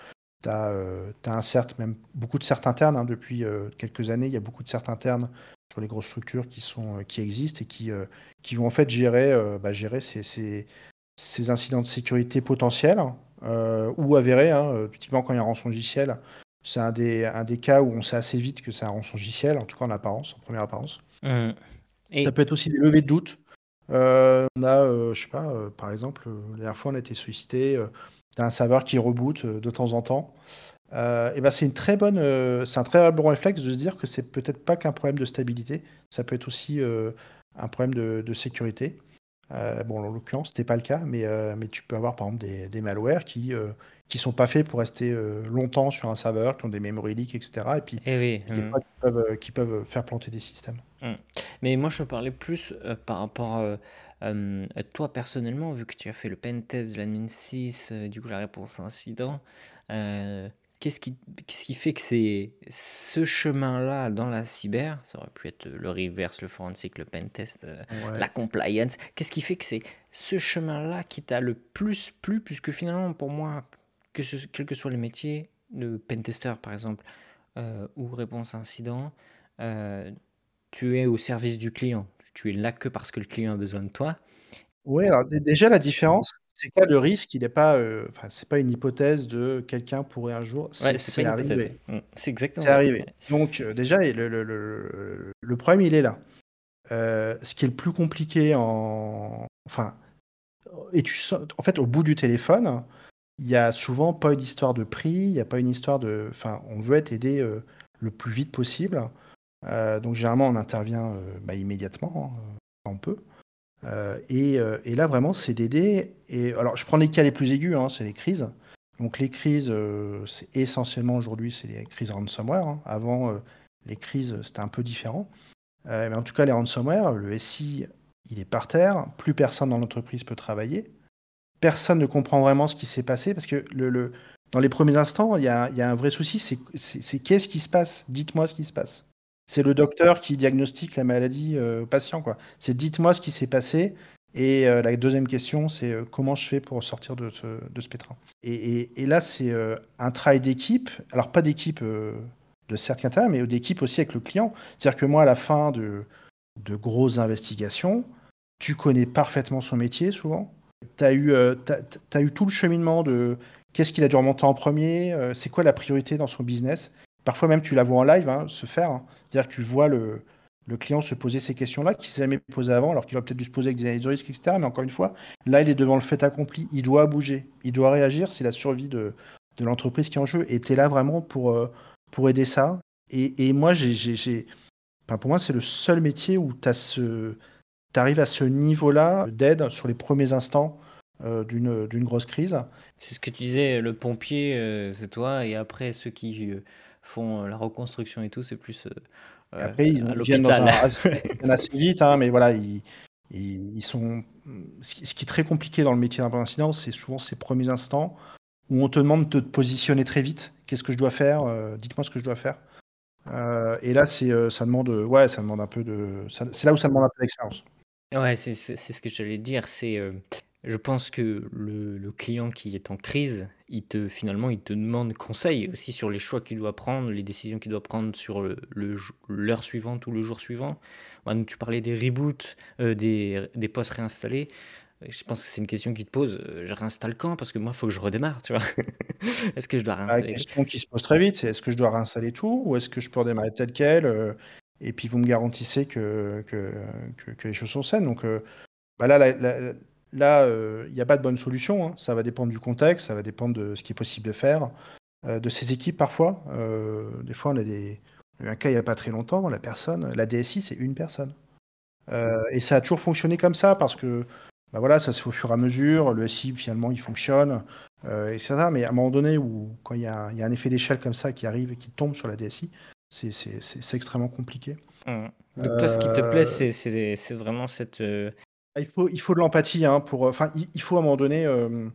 Tu as, euh, t'as un CERT, même beaucoup de CERT internes, hein, depuis euh, quelques années, il y a beaucoup de CERT internes sur les grosses structures qui, sont, euh, qui existent et qui, euh, qui vont en fait gérer, euh, bah, gérer ces, ces, ces incidents de sécurité potentiels euh, ou avérés. Hein, euh, typiquement, quand il y a un rançongiciel, c'est un des, un des cas où on sait assez vite que c'est un rançongiciel, en tout cas en apparence, en première apparence. Hum. Ça Et peut être aussi des levées de doute. Euh, on a, euh, je sais pas, euh, par exemple, euh, la dernière fois, on a été sollicité euh, d'un serveur qui reboot euh, de temps en temps. Euh, et ben c'est une très bonne, euh, c'est un très bon réflexe de se dire que c'est peut-être pas qu'un problème de stabilité, ça peut être aussi euh, un problème de, de sécurité. Euh, bon, en l'occurrence, c'était pas le cas, mais, euh, mais tu peux avoir par exemple des, des malwares qui euh, qui sont pas faits pour rester euh, longtemps sur un serveur, qui ont des memory leaks, et cetera. Et puis, Eh oui. puis des hum, fois, qui peuvent, euh, qui peuvent faire planter des systèmes. hum. Mais moi, je parlais plus euh, par rapport euh, euh, à toi personnellement, vu que tu as fait le pen test de l'admin six, euh, du coup, la réponse à incident. euh, qu'est-ce qui, qu'est-ce qui fait que c'est ce chemin-là dans la cyber, ça aurait pu être le reverse, le forensic, le pen test, euh, Ouais. la compliance, qu'est-ce qui fait que c'est ce chemin-là qui t'a le plus plu, puisque finalement, pour moi, que ce, quels que soient les métiers, le pen tester par exemple, euh, ou réponse à incident, euh, tu es au service du client. Tu es là que parce que le client a besoin de toi. Ouais, alors dé- déjà la différence, c'est que là, le risque, il n'est pas, euh, enfin, c'est pas une hypothèse de quelqu'un pourrait un jour, Ouais, c'est c'est pas c'est une hypothèse. arrivé. Mm, c'est exactement C'est ça. arrivé. Ouais. Donc euh, déjà, et le, le, le, le problème, il est là. Euh, ce qui est le plus compliqué en, enfin, et tu sens- en fait, au bout du téléphone, il y a souvent pas une histoire de prix, il n'y a pas une histoire de, enfin, on veut être aidé euh, le plus vite possible. Euh, donc généralement, on intervient euh, bah, immédiatement, hein, quand on peut. Euh, et, euh, et là, vraiment, c'est d'aider. Et alors, je prends les cas les plus aigus, hein, c'est les crises. Donc, les crises, euh, c'est essentiellement aujourd'hui, c'est les crises ransomware. Hein. Avant, euh, les crises, c'était un peu différent. Euh, mais en tout cas, les ransomware, le S I, il est par terre. Plus personne dans l'entreprise peut travailler. Personne ne comprend vraiment ce qui s'est passé parce que le, le- dans les premiers instants, il y a, il y a un vrai souci, c'est c'est- c'est qu'est-ce qui se passe? Dites-moi ce qui se passe. C'est le docteur qui diagnostique la maladie euh, au patient, quoi. C'est dites-moi ce qui s'est passé. Et euh, la deuxième question, c'est euh, comment je fais pour sortir de ce, de ce pétrin. Et, et- et là, c'est euh, un travail d'équipe. Alors, pas d'équipe euh, de certes interne, mais d'équipe aussi avec le client. C'est-à-dire que moi, à la fin de, de grosses investigations, tu connais parfaitement son métier, souvent. Tu as eu, euh, t'as- t'as eu tout le cheminement de qu'est-ce qu'il a dû remonter en premier, euh, c'est quoi la priorité dans son business. Parfois même, tu la vois en live hein, se faire. Hein. C'est-à-dire que tu vois le, le client se poser ces questions-là qu'il ne s'est jamais posé avant, alors qu'il aurait peut-être dû se poser avec des analyses de risque, et cetera. Mais encore une fois, là, il est devant le fait accompli. Il doit bouger. Il doit réagir. C'est la survie de, de l'entreprise qui est en jeu. Et tu es là vraiment pour, euh, pour aider ça. Et, et moi, j'ai, j'ai, j'ai- enfin, pour moi, c'est le seul métier où tu ce... arrives à ce niveau-là d'aide sur les premiers instants euh, d'une d'une grosse crise. C'est ce que tu disais, le pompier, euh, c'est toi, et après, ceux qui euh, font euh, la reconstruction et tout, c'est plus euh, Et euh, après, ils, à ils viennent dans l'hôpital. un, assez- ils viennent assez vite, hein, mais voilà, ils, ils, ils sont. Ce qui, ce qui est très compliqué dans le métier d'un incident, c'est souvent ces premiers instants où on te demande de te positionner très vite. Qu'est-ce que je dois faire? Euh, Dites-moi ce que je dois faire. Euh, et là, c'est, euh, ça demande, ouais, ça demande un peu de. ça- C'est là où ça demande un peu d'expérience. Ouais, c'est c'est- c'est ce que j'allais dire. C'est, euh, je pense que le, le client qui est en crise, il te, finalement, il te demande conseil aussi sur les choix qu'il doit prendre, les décisions qu'il doit prendre sur le, le jou- l'heure suivante ou le jour suivant. Ouais, donc tu parlais des reboots, euh, des, des postes réinstallés. Je pense que c'est une question qui te pose. euh, Je réinstalle quand? Parce que moi, il faut que je redémarre, tu vois. Est-ce que je dois La réinstaller? question qui se pose très vite, c'est est-ce que je dois réinstaller tout ou est-ce que je peux redémarrer tel quel euh, et puis vous me garantissez que, que, que, que les choses sont saines. Donc euh, bah là, là, là, là, euh, il n'y a pas de bonne solution. Hein. Ça va dépendre du contexte, ça va dépendre de ce qui est possible de faire, euh, de ses équipes parfois. Euh, des fois, on a des, on a eu un cas il n'y a pas très longtemps, la personne, la D S I, c'est une personne. Euh, et ça a toujours fonctionné comme ça parce que bah voilà, ça se fait au fur et à mesure. Le S I, finalement, il fonctionne, euh, et cetera. Mais à un moment donné, où, quand il y a, il y a un effet d'échelle comme ça qui arrive et qui tombe sur la D S I, c'est c'est- c'est- c'est extrêmement compliqué. Hum. Donc toi, ce qui te plaît, Euh, c'est c'est- c'est vraiment cette... euh, il faut, il faut de l'empathie hein, pour. Enfin, il, il faut à un moment donné. Euh,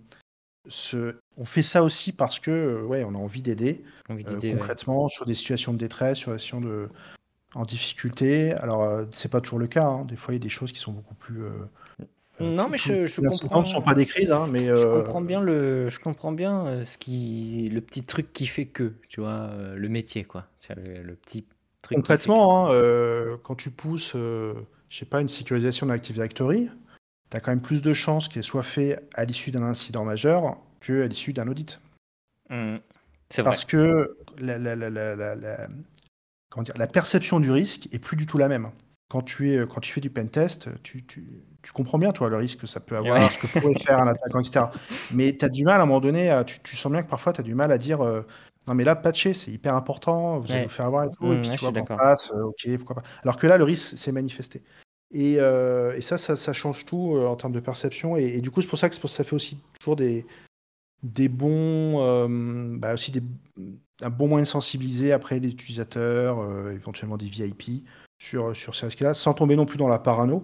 se- on fait ça aussi parce que, euh, ouais, on a envie d'aider envie euh, d'idée, ouais. concrètement sur des situations de détresse, sur des situations de, en difficulté. Alors, euh, c'est pas toujours le cas. Hein. Des fois, il y a des choses qui sont beaucoup plus euh, Heu, Non, tous mais tous je, tous je les incidents ne sont pas comprends, des crises, hein, mais je heu, comprends bien le, je comprends bien euh, ce qui, le petit truc qui fait que, tu vois, euh, le métier, quoi. Tu vois, le, le petit truc qui fait que. concrètement, hein, heu, quand tu pousses, heu, je sais pas, une sécurisation de l'Active Directory, tu as quand même plus de chances qu'elle soit faite à l'issue d'un incident majeur qu'à l'issue d'un audit. Hmm, c'est vrai. Parce que la la la la la la comment dire? La perception du risque est plus du tout la même. Quand tu es, quand tu fais du pentest, tu tu tu comprends bien, toi, le risque que ça peut Ouais. avoir, ce que pourrait faire un attaquant et cetera. Mais tu as du mal à un moment donné à tu tu sens bien que parfois tu as du mal à dire, heu: «Non mais là, patcher, c'est hyper important, vous allez vous Ouais. faire avoir et tout» et Hmm, puis ouais, tu je suis vois qu'en d'accord. face, heu, OK, pourquoi pas. Alors que là, le risque s'est manifesté et heu et ça ça ça change tout, heu, en termes de perception et et du coup, c'est pour ça que c'est pour ça fait aussi toujours des des bons, hem, bah, aussi des un bon moyen de sensibiliser après les utilisateurs, heu, éventuellement des V I P sur, sur ces risques-là, sans tomber non plus dans la parano,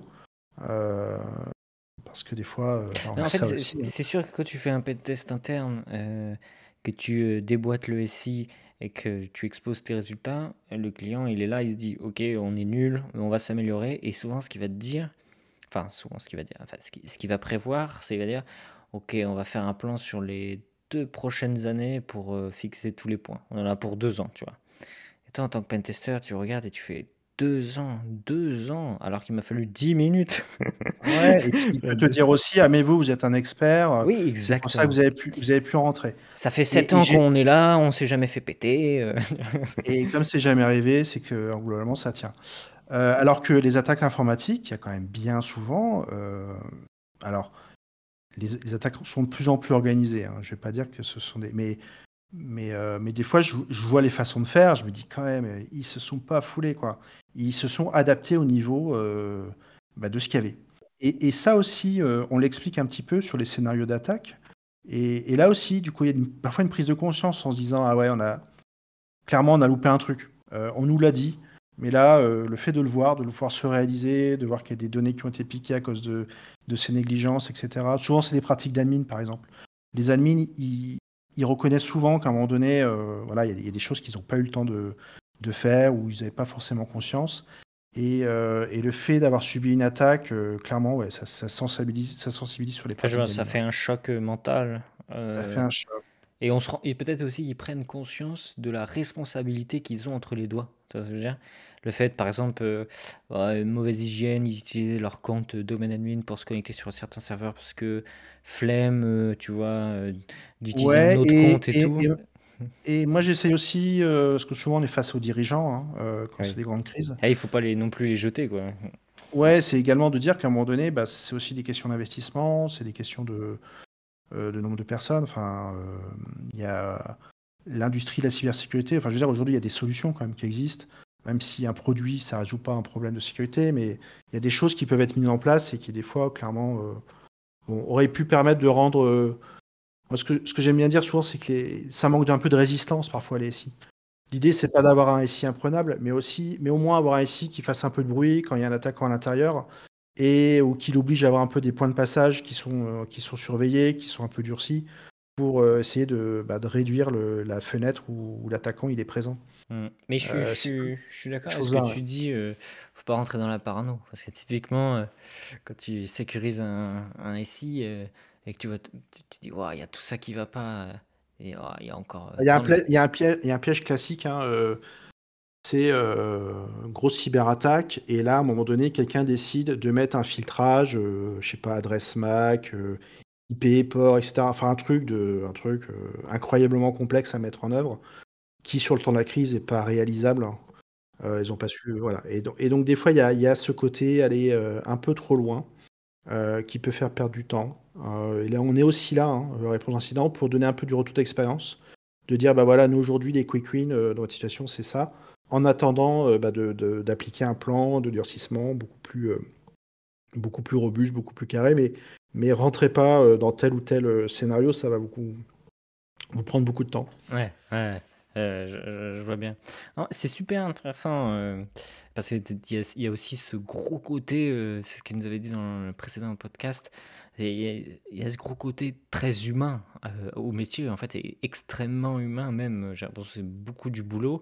heu, parce que des fois, heu, bah, on Mais a en fait, ça c'est aussi, c'est- hein. c'est sûr que quand tu fais un test interne, euh, que tu euh, déboîtes le S I et que tu exposes tes résultats, le client, il est là, il se dit, OK, on est nul, on va s'améliorer. Et souvent, ce qu'il va te dire, enfin, souvent, ce qu'il va dire, enfin, ce qu'il ce qu'il va prévoir, c'est qu'il va dire, OK, on va faire un plan sur les deux prochaines années pour euh, fixer tous les points. On en a pour deux ans, tu vois. Et toi, en tant que pentester, tu regardes et tu fais deux ans, deux ans, alors qu'il m'a fallu dix minutes. Ouais et puis il peut te dire aussi: «Ah mais vous, vous êtes un expert, heu, Oui, c'est pour ça que exactement. vous avez pu vous avez pu en rentrer» Ça fait sept et et ans j'ai qu'on est là, on s'est jamais fait péter. euh. et comme c'est jamais arrivé, c'est que globalement ça tient. Heu, alors que les attaques informatiques, il y a quand même bien souvent, heu, alors les les attaques sont de plus en plus organisées, hein. Je vais pas dire que ce sont des mais Mais, heu, mais des fois, je je vois les façons de faire, je me dis: «Quand même, heu, ils se sont pas foulés, quoi». Ils se sont adaptés au niveau, heu, bah, de ce qu'il y avait. Et et ça aussi, heu, on l'explique un petit peu sur les scénarios d'attaque et et là aussi, du coup, il y a une parfois une prise de conscience en se disant: «Ah ouais, on a clairement, on a loupé un truc. Heu, on nous l'a dit, mais là, heu, le fait de le voir, de le voir se réaliser, de voir qu'il y a des données qui ont été piquées à cause de de ces négligences et cetera». Souvent, c'est des pratiques d'admin, par exemple. Les admins, ils ils reconnaissent souvent qu'à un moment donné, heu, voilà, il y a il y a des choses qu'ils ont pas eu le temps de de faire ou ils avaient pas forcément conscience et heu et le fait d'avoir subi une attaque, heu, clairement, ouais, ça ça sensibilise ça sensibilise sur les Enfin, je pratiques vois, ça d'admin, fait ouais. un choc euh, mental. Ça fait euh, un choc. et on se rend, et peut-être aussi qu'ils prennent conscience de la responsabilité qu'ils ont entre les doigts. Tu vois ce que je veux dire? Le fait, par exemple, euh, ouais, mauvaise hygiène, ils utilisaient leur compte euh, domaine admin pour se connecter sur certains serveurs parce que flemme, euh, tu vois, euh, d'utiliser un Ouais autre et compte et et tout. et Et moi, j'essaye aussi, heu, parce que souvent on est face aux dirigeants, hein, heu, quand c'est Oui. des grandes crises. Ah, il faut pas les, non plus les jeter, quoi. Ouais, c'est également de dire qu'à un moment donné, bah, c'est aussi des questions d'investissement, c'est des questions de, heu, de nombre de personnes. Enfin, hem, il y a l'industrie de la cybersécurité. Enfin, je veux dire, aujourd'hui, il y a des solutions quand même qui existent, même si un produit, ça résout pas un problème de sécurité, mais il y a des choses qui peuvent être mises en place et qui, des fois, clairement, heu, bon, auraient pu permettre de rendre, heu moi, ce que ce que j'aime bien dire souvent, c'est que les ça manque d'un peu de résistance parfois, les S I. L'idée, c'est pas d'avoir un S I imprenable, mais aussi mais au moins avoir un S I qui fasse un peu de bruit quand il y a un attaquant à l'intérieur et ou qui l'oblige à avoir un peu des points de passage qui sont, heu, qui sont surveillés, qui sont un peu durcis pour, heu, essayer de, bah, de réduire le la fenêtre où où l'attaquant il est présent. Mm. Mais je suis, je Heu, c'est toutes suis, je suis ces d'accord avec ce que choses-là, ouais. tu dis. Euh, faut pas rentrer dans la parano. Parce que typiquement, euh, quand tu sécurises un, un S I euh, et que tu vois, t- tu, tu dis, Ouah, il y a tout ça qui va pas. euh, et ouah, il y a encore euh, Il y a un tant de. plai il y a un piège il y a un piège classique, hein, heu, c'est, heu, grosse cyberattaque et là, à un moment donné, quelqu'un décide de mettre un filtrage, heu, je sais pas, adresse M A C, heu, I P, port et cetera. Enfin un truc de un truc, heu, incroyablement complexe à mettre en œuvre, qui sur le temps de la crise est pas réalisable. Heu, ils ont pas su, voilà et donc et donc des fois il y a il y a ce côté aller, heu, un peu trop loin, heu, qui peut faire perdre du temps. Heu et là on est aussi là, hein, heu, Réponse Incident, pour donner un peu du retour d'expérience, de dire: «Bah, voilà, nous aujourd'hui les quick wins, heu, dans votre situation, c'est ça». En attendant, heu, bah, de de d'appliquer un plan de durcissement beaucoup plus, heu, beaucoup plus robuste, beaucoup plus carré, mais mais rentrez pas, heu, dans tel ou tel, heu, scénario, ça va beaucoup vous prendre beaucoup de temps. Ouais, ouais, euh, je, je- je vois bien. Non, c'est super intéressant euh, parce qu'il y, a- il y a aussi ce gros côté, euh, c'est ce qu'il nous avait dit dans le précédent podcast, et il y a, il y a ce gros côté très humain euh, au métier, en fait, et extrêmement humain même. J'ai l'impression que c'est beaucoup du boulot.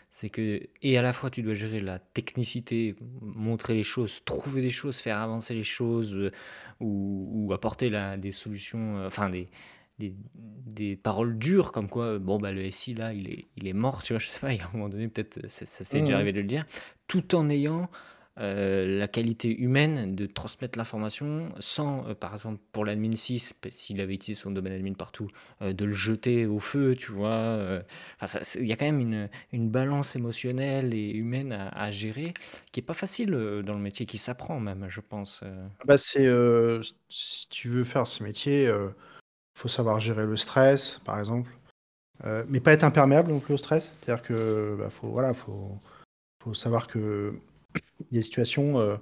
c'est que, et à la fois tu dois gérer la technicité, m- montrer les choses, trouver des choses, faire avancer les choses, euh, ou, ou apporter la- des solutions, euh, enfin des, des, des paroles dures, comme quoi, euh, bon, bah, le S I là, il est, il est mort, tu vois, je sais pas, et à un moment donné, peut-être, euh, ça, ça s'est déjà Mmh. arrivé de le dire, tout en ayant euh, la qualité humaine de transmettre l'information sans, euh, par exemple, pour l'admin six, p- s'il avait utilisé son domaine admin partout, euh, de le jeter au feu, tu vois. euh. Enfin, ça- c'est- il y a quand même une, une balance émotionnelle et humaine à, à gérer qui est pas facile euh, dans le métier, qui s'apprend même, je pense. euh. Ah bah, c'est, heu, s si tu veux faire ce métier, il faut savoir gérer le stress, par exemple, heu, mais pas être imperméable non plus au stress. C'est-à-dire que, bah, faut voilà, faut faut savoir qu'il y a des situations, heu,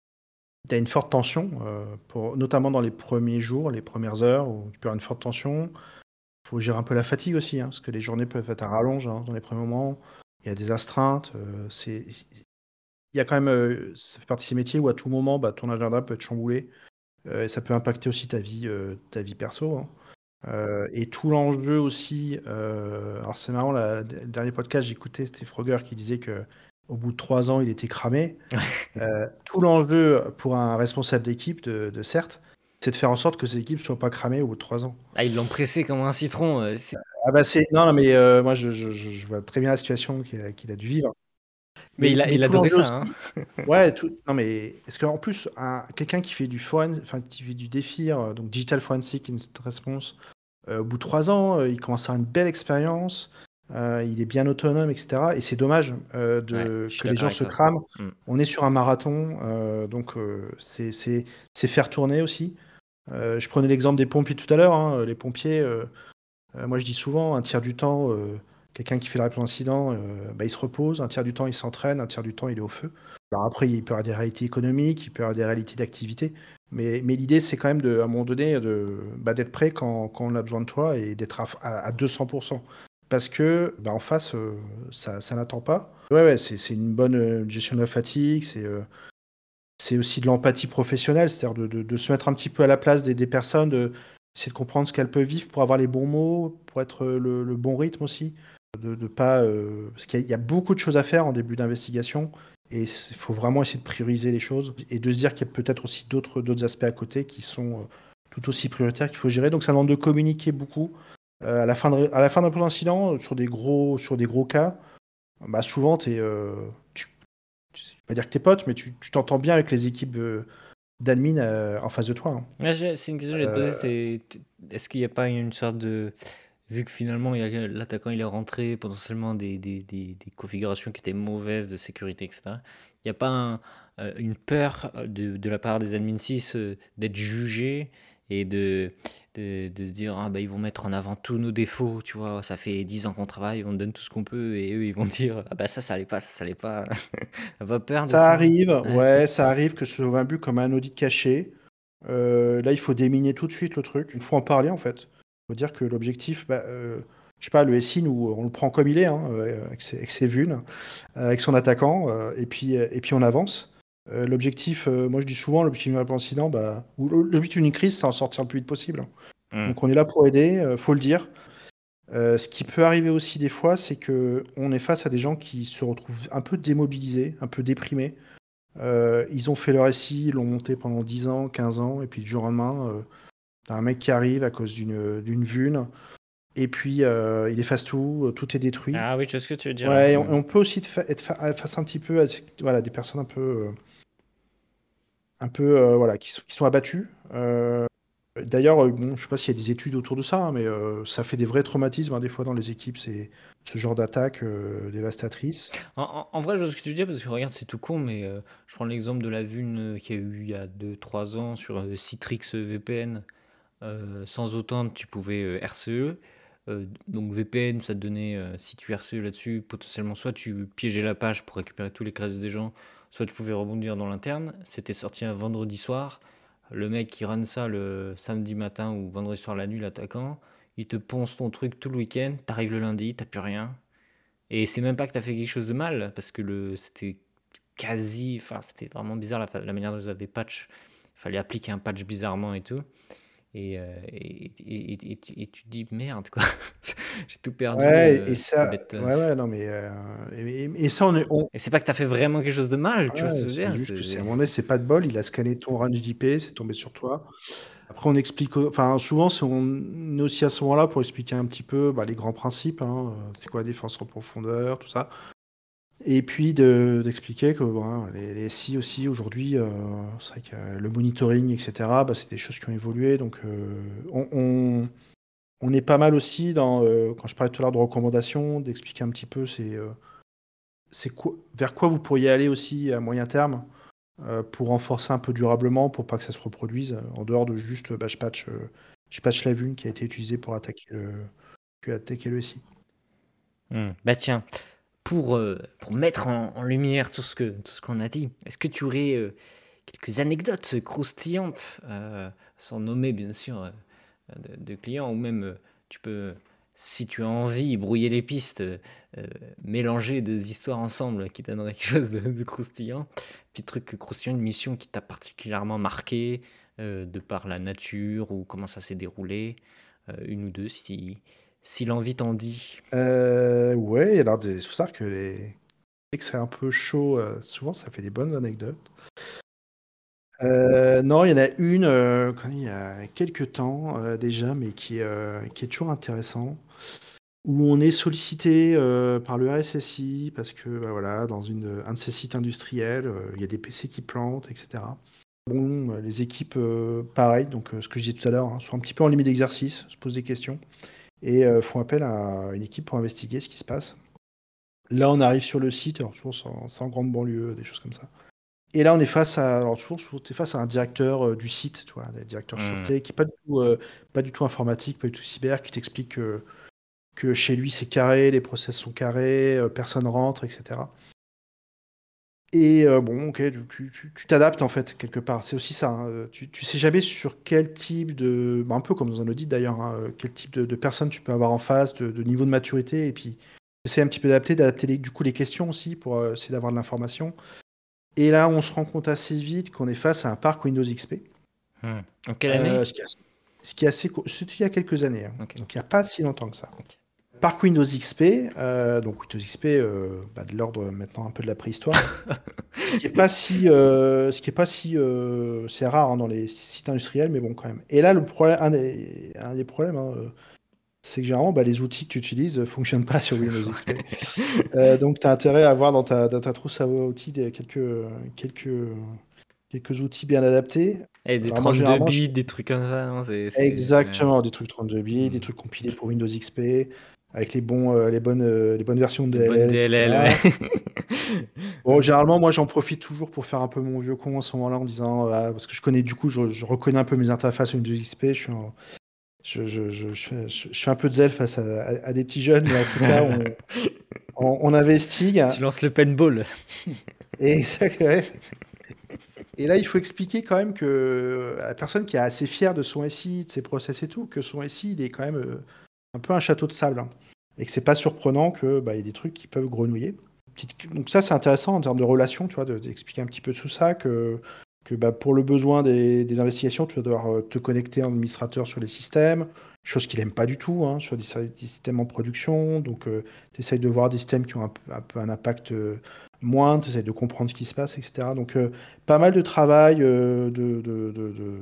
tu as une forte tension, heu, pour notamment dans les premiers jours, les premières heures où tu peux avoir une forte tension. Faut gérer un peu la fatigue aussi, hein, parce que les journées peuvent être à rallonge, hein, dans les premiers moments. Il y a des astreintes, heu, c'est il y a quand même, heu, ça fait partie de ces métiers où à tout moment, bah, ton agenda peut être chamboulé, heu, et ça peut impacter aussi ta vie, heu, ta vie perso, hein. Heu et tout l'enjeu aussi, heu, alors c'est marrant, la le dernier podcast, j'écoutais, c'était Frogger qui disait que au bout de trois ans, il était cramé. Heu, tout l'enjeu pour un responsable d'équipe de de CERT, c'est de faire en sorte que ses équipes soient pas cramées au bout de trois ans. Ah, ils l'ont pressé comme un citron. euh, c'est- Ah bah, c'est non, non, mais heu, moi je je je je vois très bien la situation qu'il a qu'il a dû vivre. Mais Mais il a, mais il tout adorait l'enjeu ça, hein. aussi, ouais, tout non, mais parce qu'en plus, un quelqu'un qui fait du foren enfin qui fait du DEFIR, heu, donc Digital Forensic Incident Response, heu, au bout de trois ans, heu, il commence à avoir une belle expérience, heu, il est bien autonome et cetera et c'est dommage, heu, Ouais, je de suis que les d'accord gens avec se toi. crament. Mm. On est sur un marathon, heu, donc heu, c'est c'est c'est faire tourner aussi. Heu, je prenais l'exemple des pompiers tout à l'heure, hein, les pompiers, heu Heu, moi, je dis souvent, un tiers du temps, heu, quelqu'un qui fait la réponse incident, heu, bah, il se repose, un tiers du temps, il s'entraîne, un tiers du temps, il est au feu. Alors après, il peut y avoir des réalités économiques, il peut y avoir des réalités d'activité, mais mais l'idée, c'est quand même de à un moment donné, de, bah, d'être prêt quand quand on a besoin de toi et d'être à f à à deux cents. Parce que, bah, en face, heu, ça ça n'attend pas. Ouais, ouais, c'est c'est une bonne, heu, gestion de la fatigue, c'est, heu, c'est aussi de l'empathie professionnelle, c'est-à-dire de de de se mettre un petit peu à la place des des personnes, de essayer de comprendre ce qu'elles peuvent vivre pour avoir les bons mots, pour être, heu, le le bon rythme aussi. De de pas, heu parce qu'il y a il y a beaucoup de choses à faire en début d'investigation et il faut vraiment essayer de prioriser les choses et de se dire qu'il y a peut-être aussi d'autres d'autres aspects à côté qui sont, heu, tout aussi prioritaires qu'il faut gérer. Donc ça demande de communiquer beaucoup. Heu, à la fin de à la fin d'un incident, heu, sur des gros sur des gros cas, bah, souvent tu es, tu je vais pas dire que tu es pote, mais tu tu t'entends bien avec les équipes, heu, d'admin, heu, en face de toi, hein. Ouais, j'ai- c'est une question que je vais te poser, Heu, c'est t- est-ce qu'il n'y a pas une sorte de... Vu que finalement il y a- l'attaquant il est rentré, potentiellement des, des, des, des configurations qui étaient mauvaises de sécurité, et cetera. Il n'y a pas un- euh, une peur de, de la part des admin six euh, d'être jugés et de, de, de se dire ah bah ils vont mettre en avant tous nos défauts, tu vois, ça fait dix ans qu'on travaille, on donne tout ce qu'on peut et eux ils vont dire ah bah ça ça allait pas, ça, ça allait pas. T'as pas peur de Ça ça? arrive, Ouais. ouais, ça arrive que ce soit vu comme un audit caché. Heu, là, il faut déminer tout de suite le truc. Il faut en parler, en fait. Il faut dire que l'objectif, bah, heu, je sais pas, le S I, nous, on le prend comme il est, hein, heu, avec ses avec ses vulnes, heu, avec son attaquant, heu et puis, heu et puis on avance. Heu, l'objectif, heu, moi je dis souvent, l'objectif d'une réponse incident, bah, ou le l'objectif d'une crise, c'est en sortir le plus vite possible, hein. Hmm. Donc on est là pour aider, heu, faut le dire. Heu, ce qui peut arriver aussi des fois, c'est que on est face à des gens qui se retrouvent un peu démobilisés, un peu déprimés. Heu, ils ont fait leur S I, ils l'ont monté pendant dix ans, quinze ans et puis du jour au lendemain, heu, tu un mec qui arrive à cause d'une, d'une vulne et puis, heu, il efface tout, heu, tout est détruit. Ah oui, je sais ce que tu veux dire là. Ouais et on Hmm. et on peut aussi te fa être fa face un petit peu à voilà, des personnes un peu, heu, un peu, heu, voilà, qui sont qui sont abattues. Heu, d'ailleurs, heu, bon, je sais pas s'il y a des études autour de ça, hein, mais, heu, ça fait des vrais traumatismes, hein, des fois dans les équipes, c'est ce genre d'attaque, heu, dévastatrice. En, en- en vrai, je vois ce que tu veux dire, parce que regarde, c'est tout con, mais euh, je prends l'exemple de la vulne euh, qu'il y a eu il y a deux trois ans sur euh, Citrix V P N. Euh, sans autant, tu pouvais euh, R C E. Euh, donc V P N, ça te donnait, euh, si tu R C E là-dessus, potentiellement, soit tu piégeais la page pour récupérer tous les crédits des gens, soit tu pouvais rebondir dans l'interne. C'était sorti un vendredi soir. Le mec qui run ça le samedi matin ou vendredi soir la nuit, l'attaquant, il te ponce ton truc tout le week-end, t'arrives le lundi, t'as plus rien. Et c'est même pas que tu as fait quelque chose de mal, parce que le, c'était quasi. Enfin, c'était vraiment bizarre la, fa- la manière dont vous avez patch. Il fallait appliquer un patch bizarrement et tout. et, euh, et, et, et- et tu et tu te dis merde, quoi. J'ai tout perdu, Ouais, et euh, ça, bête. ouais, ouais, non, mais euh, et, et- et ça, on est, on, Et c'est pas que t'as fait vraiment quelque chose de mal, tu vois ce ouais, que je veux c'est dire? juste que c'est à C'est... un moment donné, c'est pas de bol. Il a scanné ton range d'I P, c'est tombé sur toi. Après, on explique, au- enfin, souvent, c'est- on est aussi à ce moment-là pour expliquer un petit peu bah, les grands principes, hein, euh, c'est quoi la défense en profondeur, tout ça. Et puis de- d'expliquer que voilà, les, les S I aussi aujourd'hui, euh, c'est vrai que euh, le monitoring, et cetera, bah, c'est des choses qui ont évolué. Donc euh, on, on- on est pas mal aussi dans, euh, quand je parlais tout à l'heure de recommandations, d'expliquer un petit peu c'est, euh, c'est quoi, vers quoi vous pourriez aller aussi à moyen terme euh, pour renforcer un peu durablement, pour pas que ça se reproduise, euh, en dehors de juste bah, je patch, euh, je patch la vulne qui a été utilisée pour attaquer le, que attaquer le S I. Hmm. Bah tiens, pour, euh, pour mettre en, en lumière tout ce que, tout ce qu'on a dit, est-ce que tu aurais euh, quelques anecdotes croustillantes, euh, sans nommer bien sûr euh, de, de clients, ou même euh, tu peux, si tu as envie, brouiller les pistes, euh, euh, mélanger deux histoires ensemble qui donneraient quelque chose de, de croustillant. Petit truc croustillant, une mission qui t'a particulièrement marqué, euh, de par la nature ou comment ça s'est déroulé, euh, une ou deux si, si l'envie t'en dit. Euh, ouais, alors il faut savoir que les, dès que c'est un peu chaud, euh, souvent ça fait des bonnes anecdotes. Euh, non, il y en a une, euh, quand il y a quelques temps euh, déjà, mais qui, euh, qui est toujours intéressant, où on est sollicité euh, par le R S S I parce que bah, voilà, dans une, un de ces sites industriels, euh, il y a des P C qui plantent, et cetera. Bon, euh, les équipes, euh, pareil, donc euh, ce que je disais tout à l'heure, hein, sont un petit peu en limite d'exercice, se posent des questions et euh, font appel à une équipe pour investiguer ce qui se passe. Là, on arrive sur le site, alors toujours c'est en, c'est en grande banlieue, des choses comme ça. Et là, on est face à, alors toujours, toujours, t'es face à un directeur euh, du site, tu vois, un directeur Hmm. sûreté, qui est pas du tout, euh, pas du tout informatique, pas du tout cyber, qui t'explique que, que chez lui c'est carré, les process sont carrés, euh, personne rentre, et cetera. Et euh, bon, ok, tu tu- tu t'adaptes en fait quelque part. C'est aussi ça, hein, euh, Tu, tu sais jamais sur quel type de, bah, un peu comme dans un audit d'ailleurs, hein, euh, quel type de, de personne tu peux avoir en face, de, de niveau de maturité, et puis essayer un petit peu d'adapter, d'adapter les- du coup les questions aussi pour euh, essayer d'avoir de l'information. Et là, on se rend compte assez vite qu'on est face à un parc Windows X P. Hmm. En quelle année? Euh, ce qui est assez, ce qui est assez court. C'était il y a quelques années, hein. Ok. Donc il n'y a pas si longtemps que ça. Ok. Parc Windows X P, euh, donc Windows X P, euh, bah, de l'ordre maintenant un peu de la préhistoire. Ce qui est pas si, euh, ce qui est pas si, euh, c'est rare hein, dans les sites industriels, mais bon quand même. Et là, le problème, un des, un des problèmes, hein, euh, c'est que généralement, bah, les outils que tu utilises ne fonctionnent pas sur Windows X P. Euh, donc, tu as intérêt à avoir dans ta, dans ta trousse à outils des, quelques, quelques, quelques outils bien adaptés. Et des Alors moi, trente-deux généralement, je bits, des trucs comme ça, non, c'est, c'est... ouais. exactement, des trucs trente-deux bits, des Hmm. trucs compilés pour Windows X P, avec les, bons, euh, les, bonnes, euh, les bonnes versions de Les bonnes D L L, D L L, ouais. et cetera. Bon, généralement, moi, j'en profite toujours pour faire un peu mon vieux con à ce moment-là en disant, euh, parce que je connais du coup, je, je reconnais un peu mes interfaces Windows X P, je, suis en- je, je, je, je fais, je- je fais un peu de zèle face à, à- à des petits jeunes, mais en tout cas, on, on, on investigue. Tu lances le paintball. Et, ça, ouais. Et là, il faut expliquer quand même que à la personne qui est assez fière de son S I, de ses process et tout, que son S I, il est quand même euh, un peu un château de sable, hein. Et que c'est pas surprenant que bah, il y ait des trucs qui peuvent grenouiller. Petite- Donc ça, c'est intéressant en termes de relation, tu vois, de- d'expliquer un petit peu tout ça, que, que bah, pour le besoin des, des investigations, tu vas devoir euh, te connecter en administrateur sur les systèmes, chose qu'il aime pas du tout, hein, sur des, des systèmes en production. Donc tu essayes de voir des systèmes qui ont un, peu un peu un impact euh, moindre, tu essayes de comprendre ce qui se passe, et cetera. Donc euh, pas mal de travail, euh, de, de, de- de-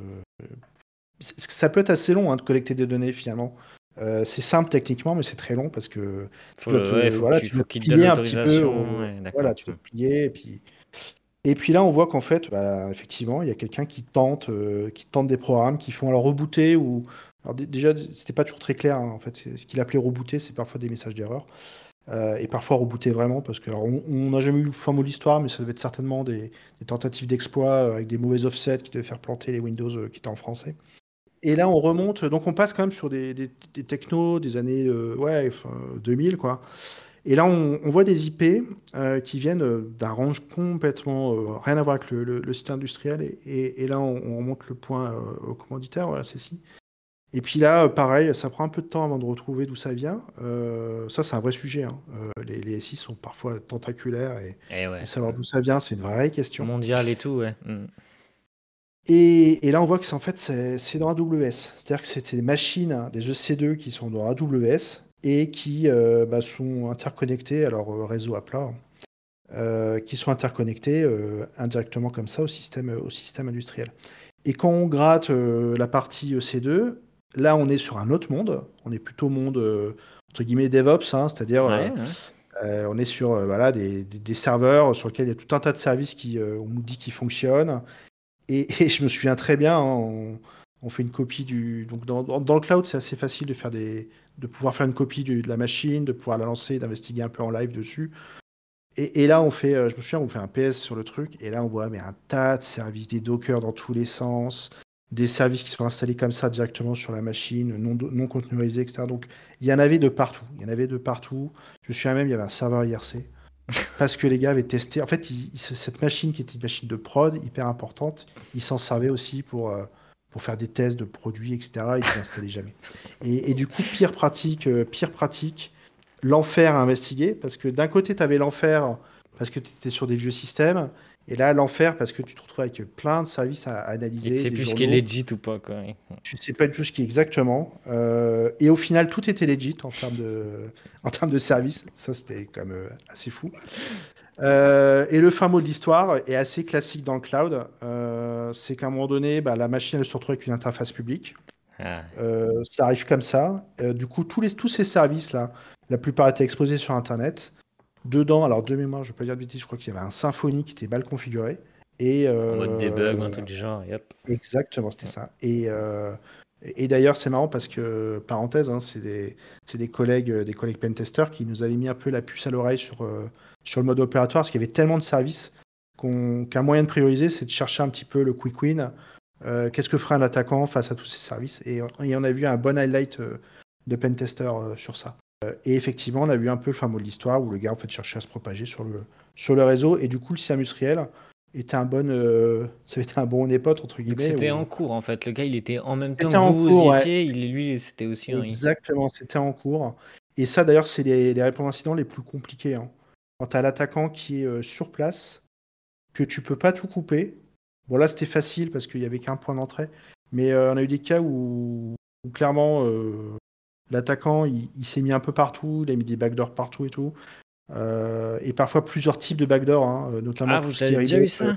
c- ça peut être assez long hein, de collecter des données finalement. Euh, c'est simple techniquement, mais c'est très long parce que tu Faut, dois te, ouais, faut que voilà, tu, tu dois faut te qu'il te donne plier un petit peu l'autorisation. au, Ouais, d'accord. voilà, tu dois Hmm. te plier et puis et puis là on voit qu'en fait, bah, effectivement, il y a quelqu'un qui tente, euh, qui tente des programmes qui font alors rebooter ou alors dé- déjà c'était pas toujours très clair hein, en fait. C'est- Ce qu'il appelait rebooter, c'est parfois des messages d'erreur. Euh, et parfois rebooter vraiment, parce que alors, on on n'a jamais eu le fin mot de l'histoire, mais ça devait être certainement des, des tentatives d'exploit euh, avec des mauvais offsets qui devaient faire planter les Windows euh, qui étaient en français. Et là, on remonte, donc on passe quand même sur des, des, des technos des années euh, ouais, enfin, deux mille, quoi. Et là, on, on voit des I P euh, qui viennent euh, d'un range complètement euh, rien à voir avec le, le- le site industriel. Et, et- et là, on, on remonte le point euh, au commanditaire, voilà, c'est si. Et puis là, euh, pareil, ça prend un peu de temps avant de retrouver d'où ça vient. Euh, ça, c'est un vrai sujet, hein. Euh, les, les S I sont parfois tentaculaires et, Et et ouais. savoir Hmm. d'où ça vient, c'est une vraie question. Mondial et tout, ouais. Hmm. Et, et là, on voit que c'est en fait c'est, c'est dans A W S. C'est-à-dire que c'était des machines, hein, des E C deux qui sont dans A W S et qui euh, bah, sont interconnectées, alors euh, réseau à plat, hein, euh, qui sont interconnectés euh, indirectement comme ça au système, au système industriel. Et quand on gratte euh, la partie E C deux, là on est sur un autre monde, on est plutôt monde euh, entre guillemets DevOps, hein, c'est-à-dire euh, Ouais, ouais. euh, on est sur euh, voilà, des, des- des serveurs sur lesquels il y a tout un tas de services qui euh, on nous dit qu'ils fonctionnent. Et, et je me souviens très bien, hein, on, on fait une copie du. Donc dans, dans- dans le cloud, c'est assez facile de faire des, de pouvoir faire une copie du- de la machine, de pouvoir la lancer, d'investiguer un peu en live dessus. Et, et là, on fait, euh, je me souviens, on fait un P S sur le truc, et là, on voit mais un tas de services, des Docker dans tous les sens, des services qui sont installés comme ça directement sur la machine, non, do- non containerisés, et cetera. Donc, il y en avait de partout. Il y en avait de partout. Je me souviens même, il y avait un serveur I R C. Parce que les gars avaient testé. En fait, ils- ils se- cette machine qui était une machine de prod hyper importante, ils s'en servaient aussi pour, euh, pour faire des tests de produits, et cetera. Ils ne les installaient jamais. Et, et du coup, pire pratique, euh, pire pratique, l'enfer à investiguer. Parce que d'un côté, tu avais l'enfer parce que tu étais sur des vieux systèmes. Et là, l'enfer parce que tu te retrouvais avec plein de services à, à Et tu analyser, sais des plus ce qui est journaux. legit ou pas, quoi. Ouais. Tu ne sais pas du tout ce qui est exactement. Euh, et au final, tout était legit en termes de, en termes de service. Ça, c'était quand même euh, assez fou. Euh, et le fin mot de l'histoire est assez classique dans le cloud. Euh, c'est qu'à un moment donné, bah, la machine elle se retrouve avec une interface publique. Ah. Euh, ça arrive comme ça. Euh, du coup, tous, les, tous ces services-là, la plupart étaient exposés sur Internet. Dedans, alors de mémoire, je ne vais pas dire de bêtises, je crois qu'il y avait un Symfony qui était mal configuré. Et En mode debug ou un euh, truc du genre, et hop. exactement, c'était ça. Et, euh, et d'ailleurs, c'est marrant parce que, parenthèse, hein, c'est des, c'est des collègues, euh, des collègues pentesters qui nous avaient mis un peu la puce à l'oreille sur, euh, sur le mode opératoire, parce qu'il y avait tellement de services qu'on, qu'un moyen de prioriser, c'est de chercher un petit peu le quick win. Euh, qu'est-ce que ferait un attaquant face à tous ces services? Et, et on a vu un bon highlight euh, de pentester euh, sur ça. Euh, et effectivement, on a vu un peu le fin mot de l'histoire où le gars en fait cherchait à se propager sur le, sur le réseau. Et du coup, le système industriel était un bon, euh, ça avait été un bon népote entre Donc guillemets. c'était en Où... cours, en fait. Le gars, il était en même temps C'était que en vous, vous y cours, ouais. étiez. Il, lui, c'était aussi un... Exactement, c'était en cours. Et ça, d'ailleurs, c'est les, les réponses incidents les plus compliqués, hein. Quand tu as l'attaquant qui est euh, sur place, que tu peux pas tout couper. Bon, là, c'était facile parce qu'il y avait qu'un point d'entrée. Mais euh, on a eu des cas où, où clairement, euh, l'attaquant, il, il s'est mis un peu partout, il a mis des backdoors partout et tout. Euh, et parfois plusieurs types de backdoors, hein, euh, notamment Ah, tout vous ce qui avez est déjà eu remote. euh. ça?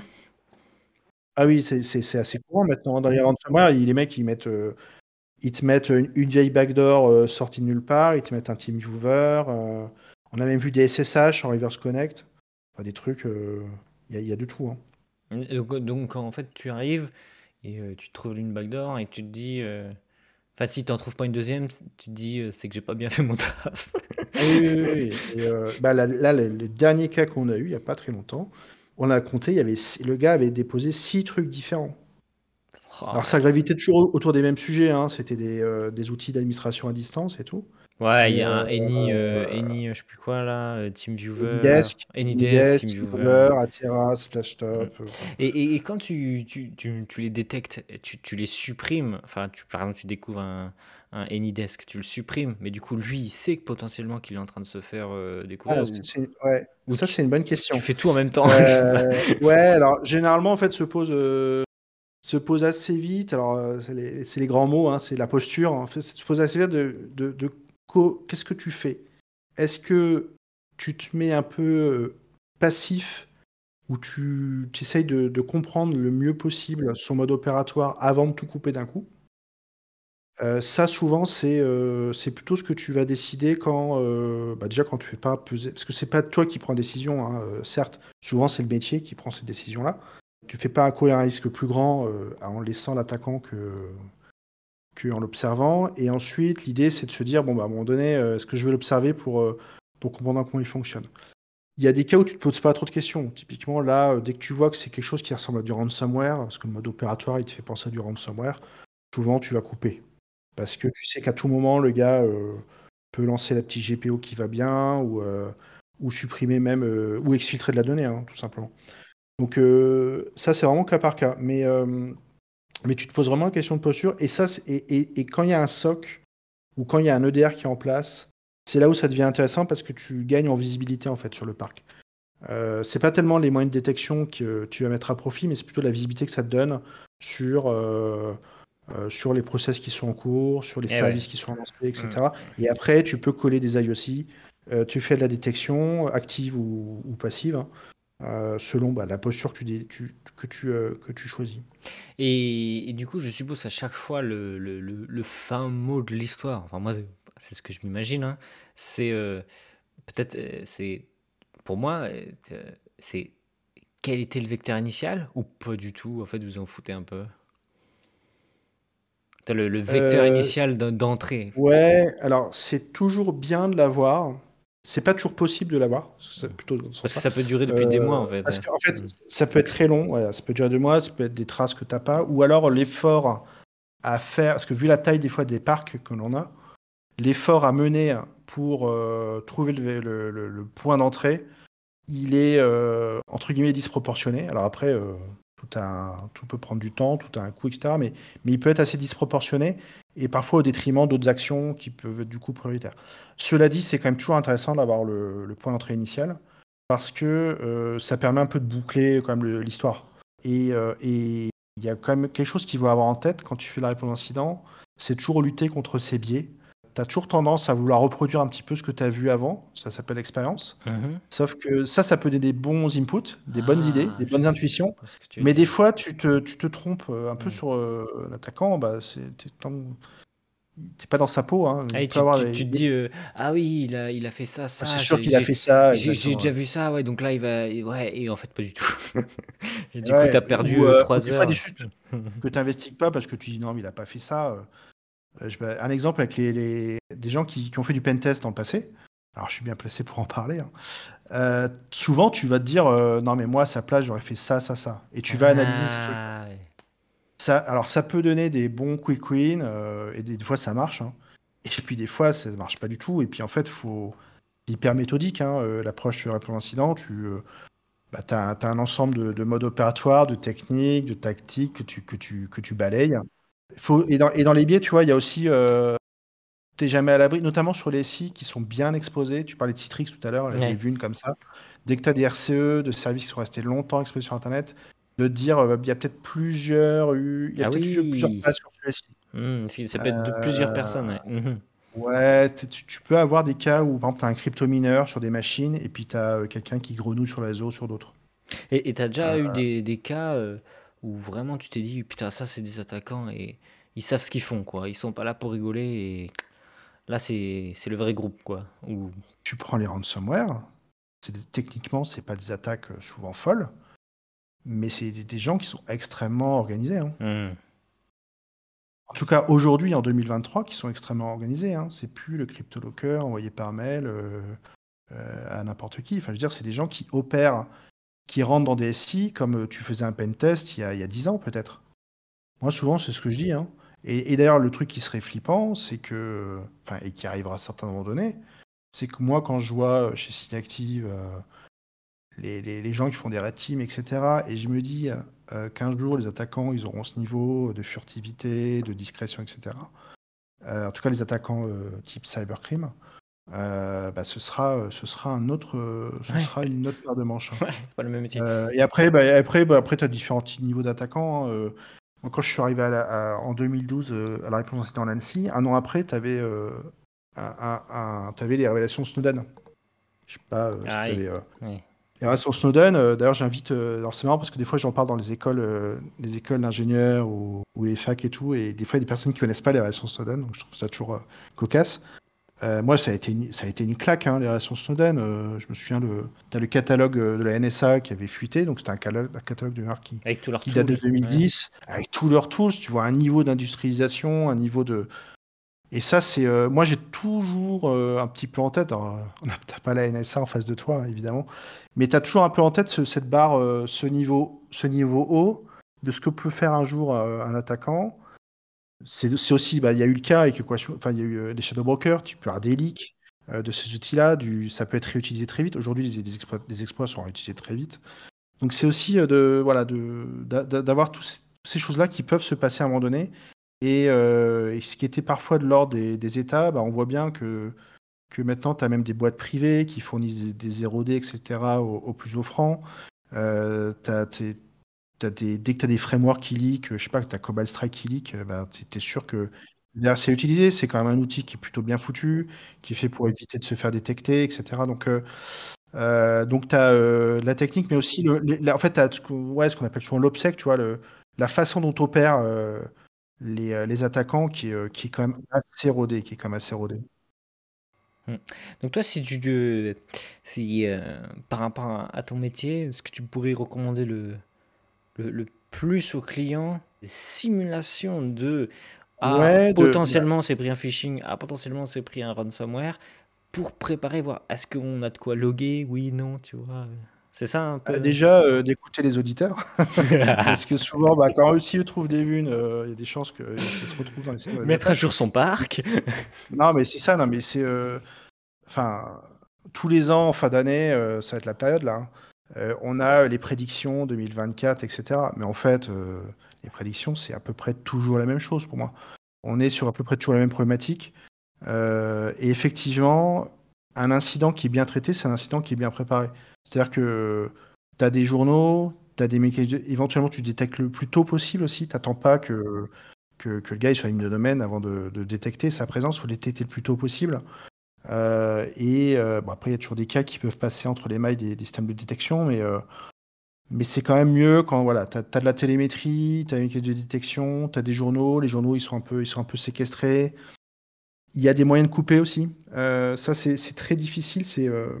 Ah oui, c'est c'est- c'est assez courant maintenant dans les ransomware. Les mecs, ils mettent. euh, Ils te mettent une, une vieille backdoor euh, sortie de nulle part, ils te mettent un TeamViewer. Euh, on a même vu des S S H en reverse connect. Enfin, des trucs, il euh, y, a, y a de tout, hein. Donc, donc, en fait, tu arrives et euh, tu trouves une backdoor et tu te dis... euh, Enfin, si tu n'en trouves pas une deuxième, tu te dis euh, c'est que j'ai pas bien fait mon taf. Ah oui, oui, oui, oui. Et, euh, bah, là, là, le, le dernier cas qu'on a eu, il n'y a pas très longtemps, on a compté, il y avait, six- le gars avait déposé six trucs différents. Oh Alors là ça là. gravitait toujours autour des mêmes sujets, hein. C'était des, euh, des outils d'administration à distance et tout. Ouais, il y Mais a euh, un Any, euh, Any, euh, je sais plus quoi là, euh, TeamViewer, Anydesk, AnyDesk, Anydesk, TeamViewer. TeamViewer, Atera, Mm. Splashtop. euh, enfin. Et, et- et quand tu, tu, tu, tu les détectes, tu, tu les supprimes, enfin, tu, par exemple, tu découvres un, un AnyDesk, tu le supprimes, mais du coup, lui, il sait que potentiellement qu'il est en train de se faire euh, Ah, découvrir, ça, ou, c'est ouais, ou ça, tu, c'est une bonne tu question. fais tout en même temps, je sais pas. Euh, ouais, alors généralement en fait se pose euh, se pose assez vite. Alors euh, c'est les, c'est les grands mots, hein, c'est la posture. En fait, se pose assez vite de, de, de co- qu'est-ce que tu fais? Est-ce que tu te mets un peu euh, passif ou tu, tu essayes de, de comprendre le mieux possible son mode opératoire avant de tout couper d'un coup? Euh, ça, souvent, c'est euh, c'est plutôt ce que tu vas décider quand, euh, bah, déjà quand tu fais pas peser, parce que c'est pas toi qui prends la décision, hein, euh, certes, souvent c'est le métier qui prend cette décision-là. Tu fais pas courir un risque plus grand euh, en laissant l'attaquant que, que en l'observant. Et ensuite, l'idée, c'est de se dire, bon, bah, à un moment donné, euh, est-ce que je vais l'observer pour, euh, pour comprendre comment il fonctionne? Il y a des cas où tu te poses pas trop de questions. Typiquement, là, euh, dès que tu vois que c'est quelque chose qui ressemble à du ransomware, parce que le mode opératoire, il te fait penser à du ransomware, souvent tu vas couper. Parce que tu sais qu'à tout moment, le gars euh, peut lancer la petite G P O qui va bien, ou, euh, ou supprimer même, euh, ou exfiltrer de la donnée, hein, tout simplement. Donc euh, ça, c'est vraiment cas par cas. Mais, euh, mais tu te poses vraiment la question de posture, et, ça, c'est- et, et- et quand il y a un S O C, ou quand il y a un E D R qui est en place, c'est là où ça devient intéressant parce que tu gagnes en visibilité en fait sur le parc. Euh, c'est pas tellement les moyens de détection que tu vas mettre à profit, mais c'est plutôt la visibilité que ça te donne sur, euh, euh, sur les process qui sont en cours, sur les Eh ouais. services qui sont lancés, Mm. et cetera. Et après, tu peux coller des I O C. Euh, tu fais de la détection active ou, ou passive, hein, euh, selon bah, la posture que tu, dé- tu- que tu, euh, que tu choisis. Et, et du coup, je suppose à chaque fois le, le, le, le fin mot de l'histoire, enfin moi, c'est ce que je m'imagine, hein, c'est euh, peut-être, euh, c'est pour moi, euh, c'est quel était le vecteur initial ou pas du tout, en fait, vous en foutez un peu. T'as le, le vecteur Euh, initial d'en- d'entrée. Ouais, alors c'est toujours bien de l'avoir. C'est pas toujours possible de l'avoir, c'est plutôt dans ce Parce que sens-là. ça peut durer depuis des mois, Euh, en fait. parce qu'en fait, Mm. ça peut être très long, voilà, ça peut durer deux mois, ça peut être des traces que t'as pas, ou alors l'effort à faire, parce que vu la taille des fois des parcs que l'on a, l'effort à mener pour euh, trouver le, le- le- le point d'entrée, il est euh, entre guillemets disproportionné. Alors après, euh, tout, a un- tout peut prendre du temps, tout a un coût, et cetera. Mais, mais il peut être assez disproportionné et parfois au détriment d'autres actions qui peuvent être du coup prioritaires. Cela dit, c'est quand même toujours intéressant d'avoir le, le point d'entrée initial parce que euh, ça permet un peu de boucler quand même le- l'histoire. Et euh, et il y a quand même quelque chose qu'il faut avoir en tête quand tu fais la réponse d'incident, c'est toujours lutter contre ces biais. Tu as toujours tendance à vouloir reproduire un petit peu ce que tu as vu avant, ça s'appelle l'expérience. Mhm. Sauf que ça, ça peut donner des bons inputs, des bonnes idées, Ah, des je bonnes sais, je intuitions. vois ce que tu veux Mais des dire. fois, tu te, tu te trompes euh, un peu Mm. sur euh, l'attaquant. Bah, c'est, t'es, dans- t'es pas dans sa peau, hein. Ah, Il et peut tu, avoir tu, des- tu te il- dis, euh, ah oui, il a, il a fait ça, ah, c'est ça, sûr j'ai qu'il a j'ai- fait ça, j'ai- j'ai exactement. déjà Ouais. vu ça, ouais, donc là, il va, et ouais, et en fait, pas du tout. Et Et du coup, ouais, t'as perdu ou, euh, euh, ou trois des fois, des heures. chutes que tu n'investigues pas parce que tu dis non, mais il a pas fait ça. euh. Euh, je- bah, un exemple avec les, les- des gens qui, qui ont fait du pentest dans le passé. Alors, je suis bien placé pour en parler, hein. Euh, souvent, tu vas te dire euh, non, mais moi, à sa place, j'aurais fait ça, ça, ça. Et tu vas analyser ces trucs. Ah, ouais. Ça, alors, ça peut donner des bons quick wins, euh, et des, des fois, ça marche, hein. Et puis, des fois, ça ne marche pas du tout. Et puis, en fait, faut c'est hyper méthodique, hein, euh, l'approche sur réponse incident. Tu euh, bah, as, un ensemble de, de modes opératoires, de techniques, de tactiques que tu, que tu, que tu balayes. Faut, et, dans, et dans les biais, tu vois, il y a aussi, euh, t'es jamais à l'abri, notamment sur les sites qui sont bien exposés. Tu parlais de Citrix tout à l'heure, les Ouais. vunes comme ça. Dès que tu as des R C E, de services qui sont restés longtemps exposés sur Internet, de te dire, euh, il y a peut-être plusieurs, il y a Ah peut-être plusieurs, plusieurs oui. pages sur celui-ci. Hmm, fi- ça peut être de plusieurs Euh, personnes, ouais. Mhm. ouais, t'es- tu, tu peux avoir des cas où, par exemple, tu as un crypto-mineur sur des machines et puis tu as quelqu'un qui grenouille sur le réseau sur d'autres. Et et t'as déjà eu Euh, des, des cas euh, où vraiment tu t'es dit, putain, ça, c'est des attaquants et ils savent ce qu'ils font, quoi. Ils sont pas là pour rigoler et là, c'est c'est le vrai groupe, quoi. Ou... Tu prends les ransomware, c'est des- techniquement, c'est pas des attaques euh, souvent folles, mais c'est des, des gens qui sont extrêmement organisés, hein. Hmm. En tout cas, aujourd'hui, en deux mille vingt-trois, qui sont extrêmement organisés, hein. C'est plus le crypto-locker envoyé par mail euh, euh, à n'importe qui. Enfin, je veux dire, c'est des gens qui opèrent, qui rentrent dans des S I comme euh, tu faisais un pen test il y a, il y a dix ans, peut-être. Moi, souvent, c'est ce que je dis, hein. Et, et d'ailleurs, le truc qui serait flippant, c'est que, enfin, et qui arrivera à un certain moment donné, c'est que moi, quand je vois euh, chez Cineactive euh, les, les- les gens qui font des red teams, et cetera, et je me dis euh, qu'un jour, les attaquants, ils auront ce niveau de furtivité, de discrétion, et cetera. Euh, en tout cas, les attaquants euh, type cybercrime, euh, bah, ce sera, euh, ce sera un autre, euh, ce Ouais, sera une autre paire de manches, hein. ouais, pas le même métier. Euh, et après, bah, après, bah, après, tu as différents types- niveaux d'attaquants, hein. Euh, moi, quand je suis arrivé à la- à- en deux mille douze euh, à la réponse incident en Annecy, un an après, tu avais, les révélations Snowden. Je sais pas euh, si Ah tu oui. avais. Ouais. Les révélations Snowden, euh, d'ailleurs, j'invite. Euh, alors, c'est marrant parce que des fois, j'en parle dans les écoles, euh, les écoles d'ingénieurs ou, ou les facs et tout, et des fois, il y a des personnes qui connaissent pas les révélations Snowden, donc je trouve ça toujours euh, cocasse. Euh, moi, ça a été une, ça a été une claque, hein, les révélations Snowden. Euh, je me souviens, le, t'as le catalogue euh, de la N S A qui avait fuité, donc c'était un catalogue, un catalogue de marque qui, Avec tous leurs qui date de tools. Ouais. deux mille dix, avec tous leurs tools. Tu vois un niveau d'industrialisation, un niveau de. Et ça, c'est. Euh, moi, j'ai toujours euh, un petit peu en tête. Alors, on n'a t'as pas la N S A en face de toi, hein, évidemment. Mais tu as toujours un peu en tête ce- cette barre, euh, ce niveau, ce niveau haut de ce que peut faire un jour euh, un attaquant. C'est c'est aussi, bah, il y a eu le cas avec quoi, enfin, il y a eu euh, les shadow brokers, tu peux avoir des leaks euh, de ces outils-là, du, ça peut être réutilisé très vite. Aujourd'hui, les, les exploits, les exploits sont réutilisés très vite. Donc c'est aussi euh, de, voilà, de, d'a- d'a- d'avoir tous ces, toutes ces choses-là qui peuvent se passer à un moment donné. Et, euh, et ce qui était parfois de l'ordre des, des États, bah, on voit bien que, que maintenant, tu as même des boîtes privées qui fournissent des, des zéro D, et cetera, au, au plus offrant. Euh, t'as- t'es- t'as des, dès que tu as des frameworks qui leak, je sais pas, que tu as Cobalt Strike qui leak, euh, bah, tu es sûr que derrière, c'est utilisé. C'est quand même un outil qui est plutôt bien foutu, qui est fait pour éviter de se faire détecter, et cetera. Donc, euh, euh, donc tu as la technique, mais aussi, le, les- la- en fait, tu as ce qu'on ouais, ce qu'on appelle souvent l'obsec, tu vois, le, la façon dont opèrent euh, les, euh, les attaquants qui, est, euh, qui est quand même assez rodé, qui est quand même assez rodé. Hmm. Donc toi, si tu te- si euh, par rapport à, à ton métier, est-ce que tu pourrais recommander le, le, le plus aux clients des simulations de ah Ouais, de, bah, potentiellement c'est pris un phishing, ah potentiellement c'est pris un ransomware pour préparer voir est-ce qu'on a de quoi loguer, oui, non, tu vois. C'est ça un bah, peu. déjà, euh, d'écouter les auditeurs. Parce que souvent, bah, quand eux, si eux trouvent des vues, euh, il y a des chances que euh, ça se retrouve dans les, dans les Mettre à attaques. jour son parc. Non, mais c'est ça, non, mais c'est. euh, Enfin, tous les ans, en fin d'année, euh, ça va être la période là, hein. Euh, on a les prédictions deux mille vingt-quatre, et cetera. Mais en fait, euh, les prédictions, c'est à peu près toujours la même chose pour moi. On est sur à peu près toujours la même problématique. Euh, et effectivement, un incident qui est bien traité, c'est un incident qui est bien préparé. C'est-à-dire que tu as des journaux, tu as des mécanismes, éventuellement tu détectes le plus tôt possible aussi. Tu n'attends pas que, que, que le gars il soit ligne de domaine avant de, de détecter sa présence, il faut le détecter le plus tôt possible. Euh, et euh, bon, après, il y a toujours des cas qui peuvent passer entre les mailles des, des systèmes de détection, mais, euh, mais c'est quand même mieux quand voilà, tu as, de la télémétrie, tu as une mécanisme de détection, tu as des journaux, les journaux ils sont un peu, ils sont un peu séquestrés. Il y a des moyens de couper aussi. Euh, ça, c'est c'est très difficile. C'est, euh,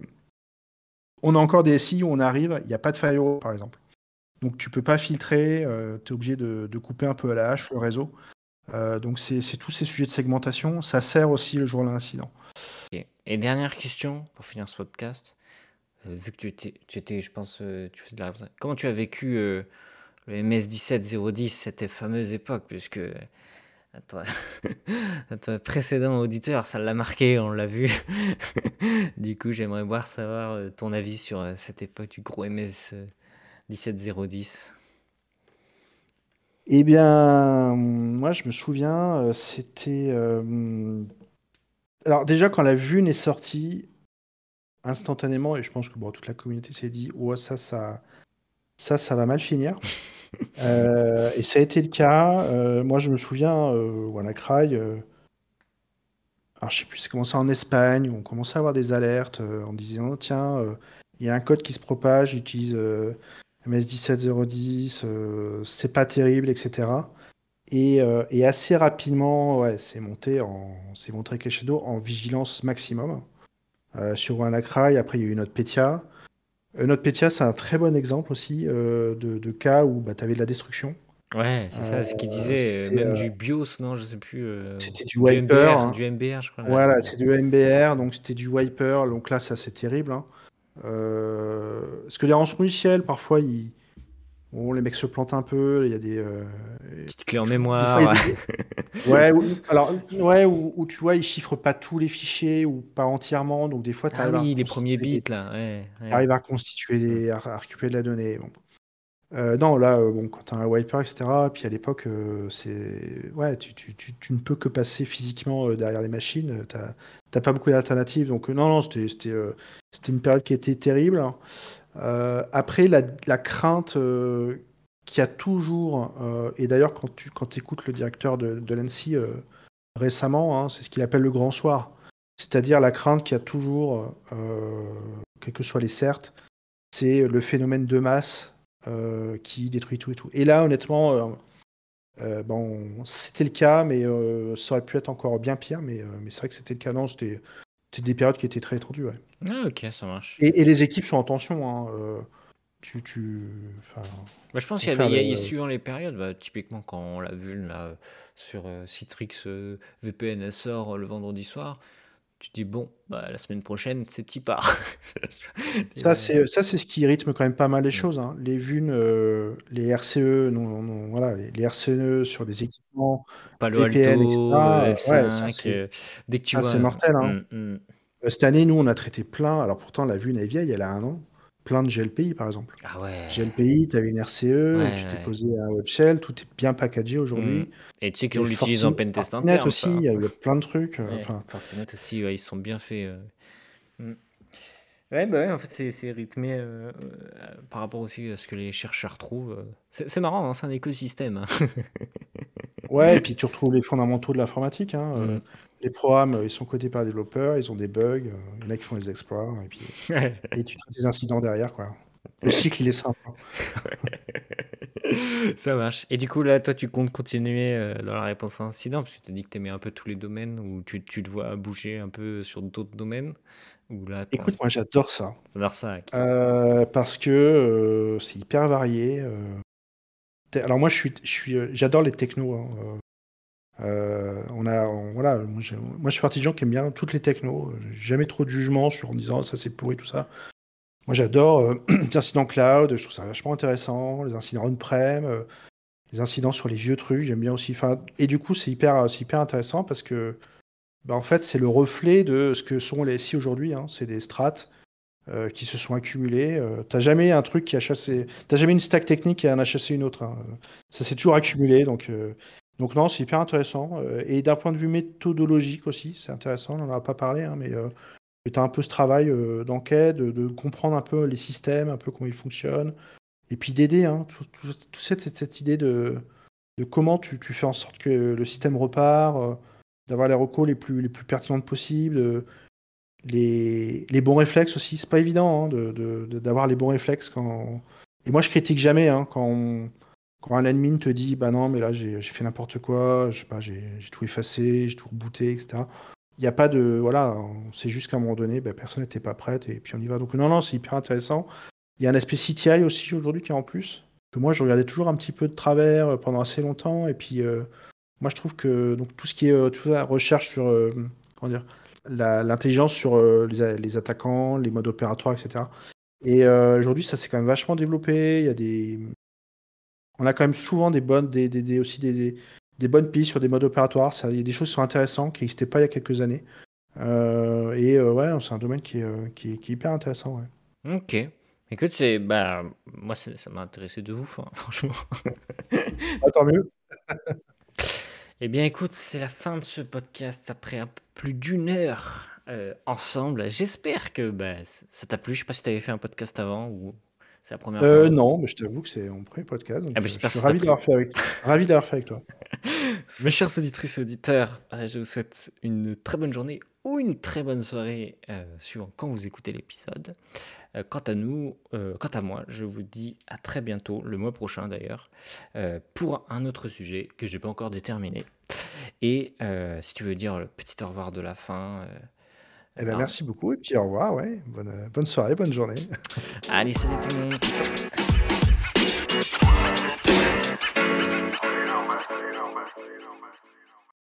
On a encore des S I où on arrive, il n'y a pas de firewall, par exemple. Donc, tu peux pas filtrer, tu es obligé de, de couper un peu à la hache le réseau. Euh, donc, c'est c'est tous ces sujets de segmentation. Ça sert aussi le jour de l'incident. Ok. Et dernière question pour finir ce podcast. Euh, vu que tu étais, tu étais, je pense, euh, tu faisais de la réponse. Comment tu as vécu euh, le M S dix-sept zéro dix, cette fameuse époque, puisque notre, notre précédent auditeur, ça l'a marqué, on l'a vu. Du coup, j'aimerais voir savoir euh, ton avis sur euh, cette époque du gros M S dix-sept zéro dix. Eh bien, moi, je me souviens, euh, c'était. euh, Alors, déjà, quand la vue est sortie, instantanément, et je pense que bon, toute la communauté s'est dit, oh, ça, ça, ça, ça va mal finir. Euh, et ça a été le cas. Euh, moi, je me souviens, euh, WannaCry, euh, alors je sais plus, c'est commencé en Espagne, où on commençait à avoir des alertes euh, en disant, tiens, euh, il y a un code qui se propage, il utilise euh, M S dix-sept zéro dix, euh, c'est pas terrible, et cetera. Et, euh, et assez rapidement, ouais, c'est monté en, c'est monté crescendo en vigilance maximum euh, sur WannaCry. Après, il y a eu NotPetya. Euh, NotPetya, c'est un très bon exemple aussi euh, de, de cas où bah, tu avais de la destruction. Ouais, c'est Euh, ça, ce qu'il disait, euh, c'était même euh, du BIOS, non, je sais plus, euh, c'était du du wiper, M B R, hein. du M B R, je crois. Ouais. Voilà, c'est du M B R, donc c'était du wiper. Donc là, ça, c'est terrible, hein. Euh, parce que les rançons Shell, parfois, ils, bon, les mecs se plantent un peu. Il y a des, euh, Petite clé en des fois, il y mémoire. a des, Ouais, ou, alors, ouais, où, où tu vois, ils chiffrent pas tous les fichiers ou pas entièrement, donc des fois, tu Ah arrives à oui, les premiers reconstituer bits, des, là, ouais, ouais. t'arrives à reconstituer Mm. des, à, à récupérer de la donnée. Bon. Euh, non, là, euh, bon, quand tu as un wiper, et cetera, puis à l'époque, euh, c'est, ouais, tu, tu, tu, tu ne peux que passer physiquement euh, derrière les machines, euh, t'as, t'as pas beaucoup d'alternatives, donc euh, non, non, c'était, c'était, euh, c'était une période qui était terrible. Euh, après, la, la crainte euh, qu'il y a toujours, euh, et d'ailleurs, quand tu quand écoutes le directeur de, de l'A N S I, euh, récemment, hein, c'est ce qu'il appelle le grand soir. C'est-à-dire la crainte qu'il y a toujours, euh, quels que soient les certes, c'est le phénomène de masse euh, qui détruit tout et tout. Et là, honnêtement, euh, euh, bon, c'était le cas, mais euh, ça aurait pu être encore bien pire, mais, euh, mais c'est vrai que c'était le cas. Non, c'était c'était des périodes qui étaient très tendues, ouais. Ah, ok, ça marche. Et, et les équipes sont en tension, hein, euh, tu, tu, enfin, Bah, je pense faut qu'il y a des, faire il y a- le. il y a- suivant les périodes, bah, typiquement quand on l'a vu là euh, sur euh, Citrix euh, V P N elle sort euh, le vendredi soir, tu te dis bon, bah, la semaine prochaine c'est t'y part. Ça, Et, c'est ça, c'est ce qui rythme quand même pas mal les mm. choses, hein. Les V U N, euh, les R C E, non, non, voilà, les, les R C E sur des équipements Palo V P N, Alto, et cetera. euh, euh, ouais, ça F cinq, c'est euh, dès que tu ça vois. c'est mortel, hein. Mm, mm. Euh, Cette année, nous, on a traité plein. Alors pourtant, la V U N est vieille, elle a un an. Plein de G L P I, par exemple. Ah ouais, G L P I, tu avais une R C E ouais, où tu t'es ouais. posé un web shell, tout est bien packagé Mm. aujourd'hui. Et tu sais qu'on Et l'utilise Forti- en pentest Fortinet interne, aussi, il ça. y a il y a plein de trucs. euh, Ouais, Enfin, Fortinet aussi, ouais, ils sont bien faits. euh. Mm. Ouais, bah ouais, en fait, c'est c'est rythmé euh, euh, par rapport aussi à ce que les chercheurs trouvent. euh. C'est c'est marrant, hein, c'est un écosystème. Hein. Ouais, et puis tu retrouves les fondamentaux de l'informatique, hein, Mm. heu, les programmes, heu, ils sont codés par des développeurs, ils ont des bugs, heu, il y en a qui font des exploits et puis et tu traites des incidents derrière, quoi. Le cycle, il est simple, hein. Ça marche. Et du coup, là, toi, tu comptes continuer euh, dans la réponse à incident, parce que tu as dit que tu aimais un peu tous les domaines, ou tu, tu te vois bouger un peu sur d'autres domaines, ou là, pour Écoute, l'instant, moi j'adore ça, ça ça. Ok. heu, parce que, heu, c'est hyper varié, heu, tu alors moi je suis je suis, heu, j'adore les technos, hein, heu heu, on a on voilà, moi je moi je fais partie des gens qui aiment bien toutes les technos, heu, j'ai jamais trop de jugement sur en me disant: «Ça c'est pourri», tout ça. Moi j'adore, heu, les incidents cloud, je trouve ça vachement intéressant, les incidents on-prem, heu, les incidents sur les vieux trucs, j'aime bien aussi. Enfin et du coup, c'est hyper, c'est hyper intéressant parce que, bah, en fait, c'est le reflet de ce que sont les S I aujourd'hui, hein. C'est des strates, heu, qui se sont accumulées, heu, tu jamais un truc qui a chassé t'as jamais une stack technique qui en a chassé une autre, hein, heu, ça s'est toujours accumulé donc heu, donc non, c'est hyper intéressant, heu et d'un point de vue méthodologique aussi, c'est intéressant, on en a pas parlé, hein, mais heu, tu as un peu ce travail, heu, d'enquête, de de comprendre un peu les systèmes, un peu comment ils fonctionnent et puis d'aider, hein, tout tout tout cette cette idée de de comment tu tu fais en sorte que le système repart, heu, d'avoir les recos les plus les plus pertinentes possibles, heu, les les bons réflexes aussi. C'est pas évident, hein, de de de d'avoir les bons réflexes quand et moi je critique jamais, hein, quand on quand un admin te dit: «Bah non, mais là j'ai j'ai fait n'importe quoi, je sais pas, j'ai j'ai tout effacé, j'ai tout rebooté» et cetera. Il y a pas de voilà, on sait juste qu'à un moment donné, bah, personne n'était pas prête et puis on y va. Donc non, non, c'est hyper intéressant. Il y a un aspect C T I aussi aujourd'hui qui est en plus, que moi je regardais toujours un petit peu de travers, heu, pendant assez longtemps et puis, heu, moi je trouve que donc tout ce qui est, heu, toute la recherche sur, hem, comment dire? La l'intelligence sur, heu, les a les attaquants, les modes opératoires et cetera et heu, aujourd'hui ça s'est quand même vachement développé. Il y a des on a quand même souvent des bonnes des des des aussi des des des bonnes pistes sur des modes opératoires. Ça il y a des choses qui sont intéressantes, qui n'existaient pas il y a quelques années, heu et heu, ouais, c'est un domaine qui est, heu, qui est qui est hyper intéressant, ouais. Ok. Écoute, c'est, bah, moi, c'est- ça m'a intéressé de ouf, hein, franchement. Ah tant mieux. Eh bien, écoute, c'est la fin de ce podcast après un peu plus d'une heure euh, ensemble. J'espère que bah, c- ça t'a plu. Je sais pas si tu avais fait un podcast avant ou c'est la première Heu, fois. non, mais je t'avoue que c'est mon premier podcast, Ah donc bah, heu, je j'espère que suis ça t'a ravi plu. d'avoir fait avec ravi d'avoir fait avec toi. Mes chers auditrices et auditeurs, euh, je vous souhaite une très bonne journée ou une très bonne soirée euh, suivant quand vous écoutez l'épisode. Euh, quant à nous, euh, quant à moi, je vous dis à très bientôt, le mois prochain d'ailleurs, euh, pour un autre sujet que j'ai pas encore déterminé. Et euh, si tu veux dire le petit au revoir de la fin, euh, eh Eh ben, ben, merci beaucoup et puis au revoir, ouais. Bonne, heu, bonne soirée, bonne journée. allez, salut tout le monde. You know, man. You know, man. You know, man.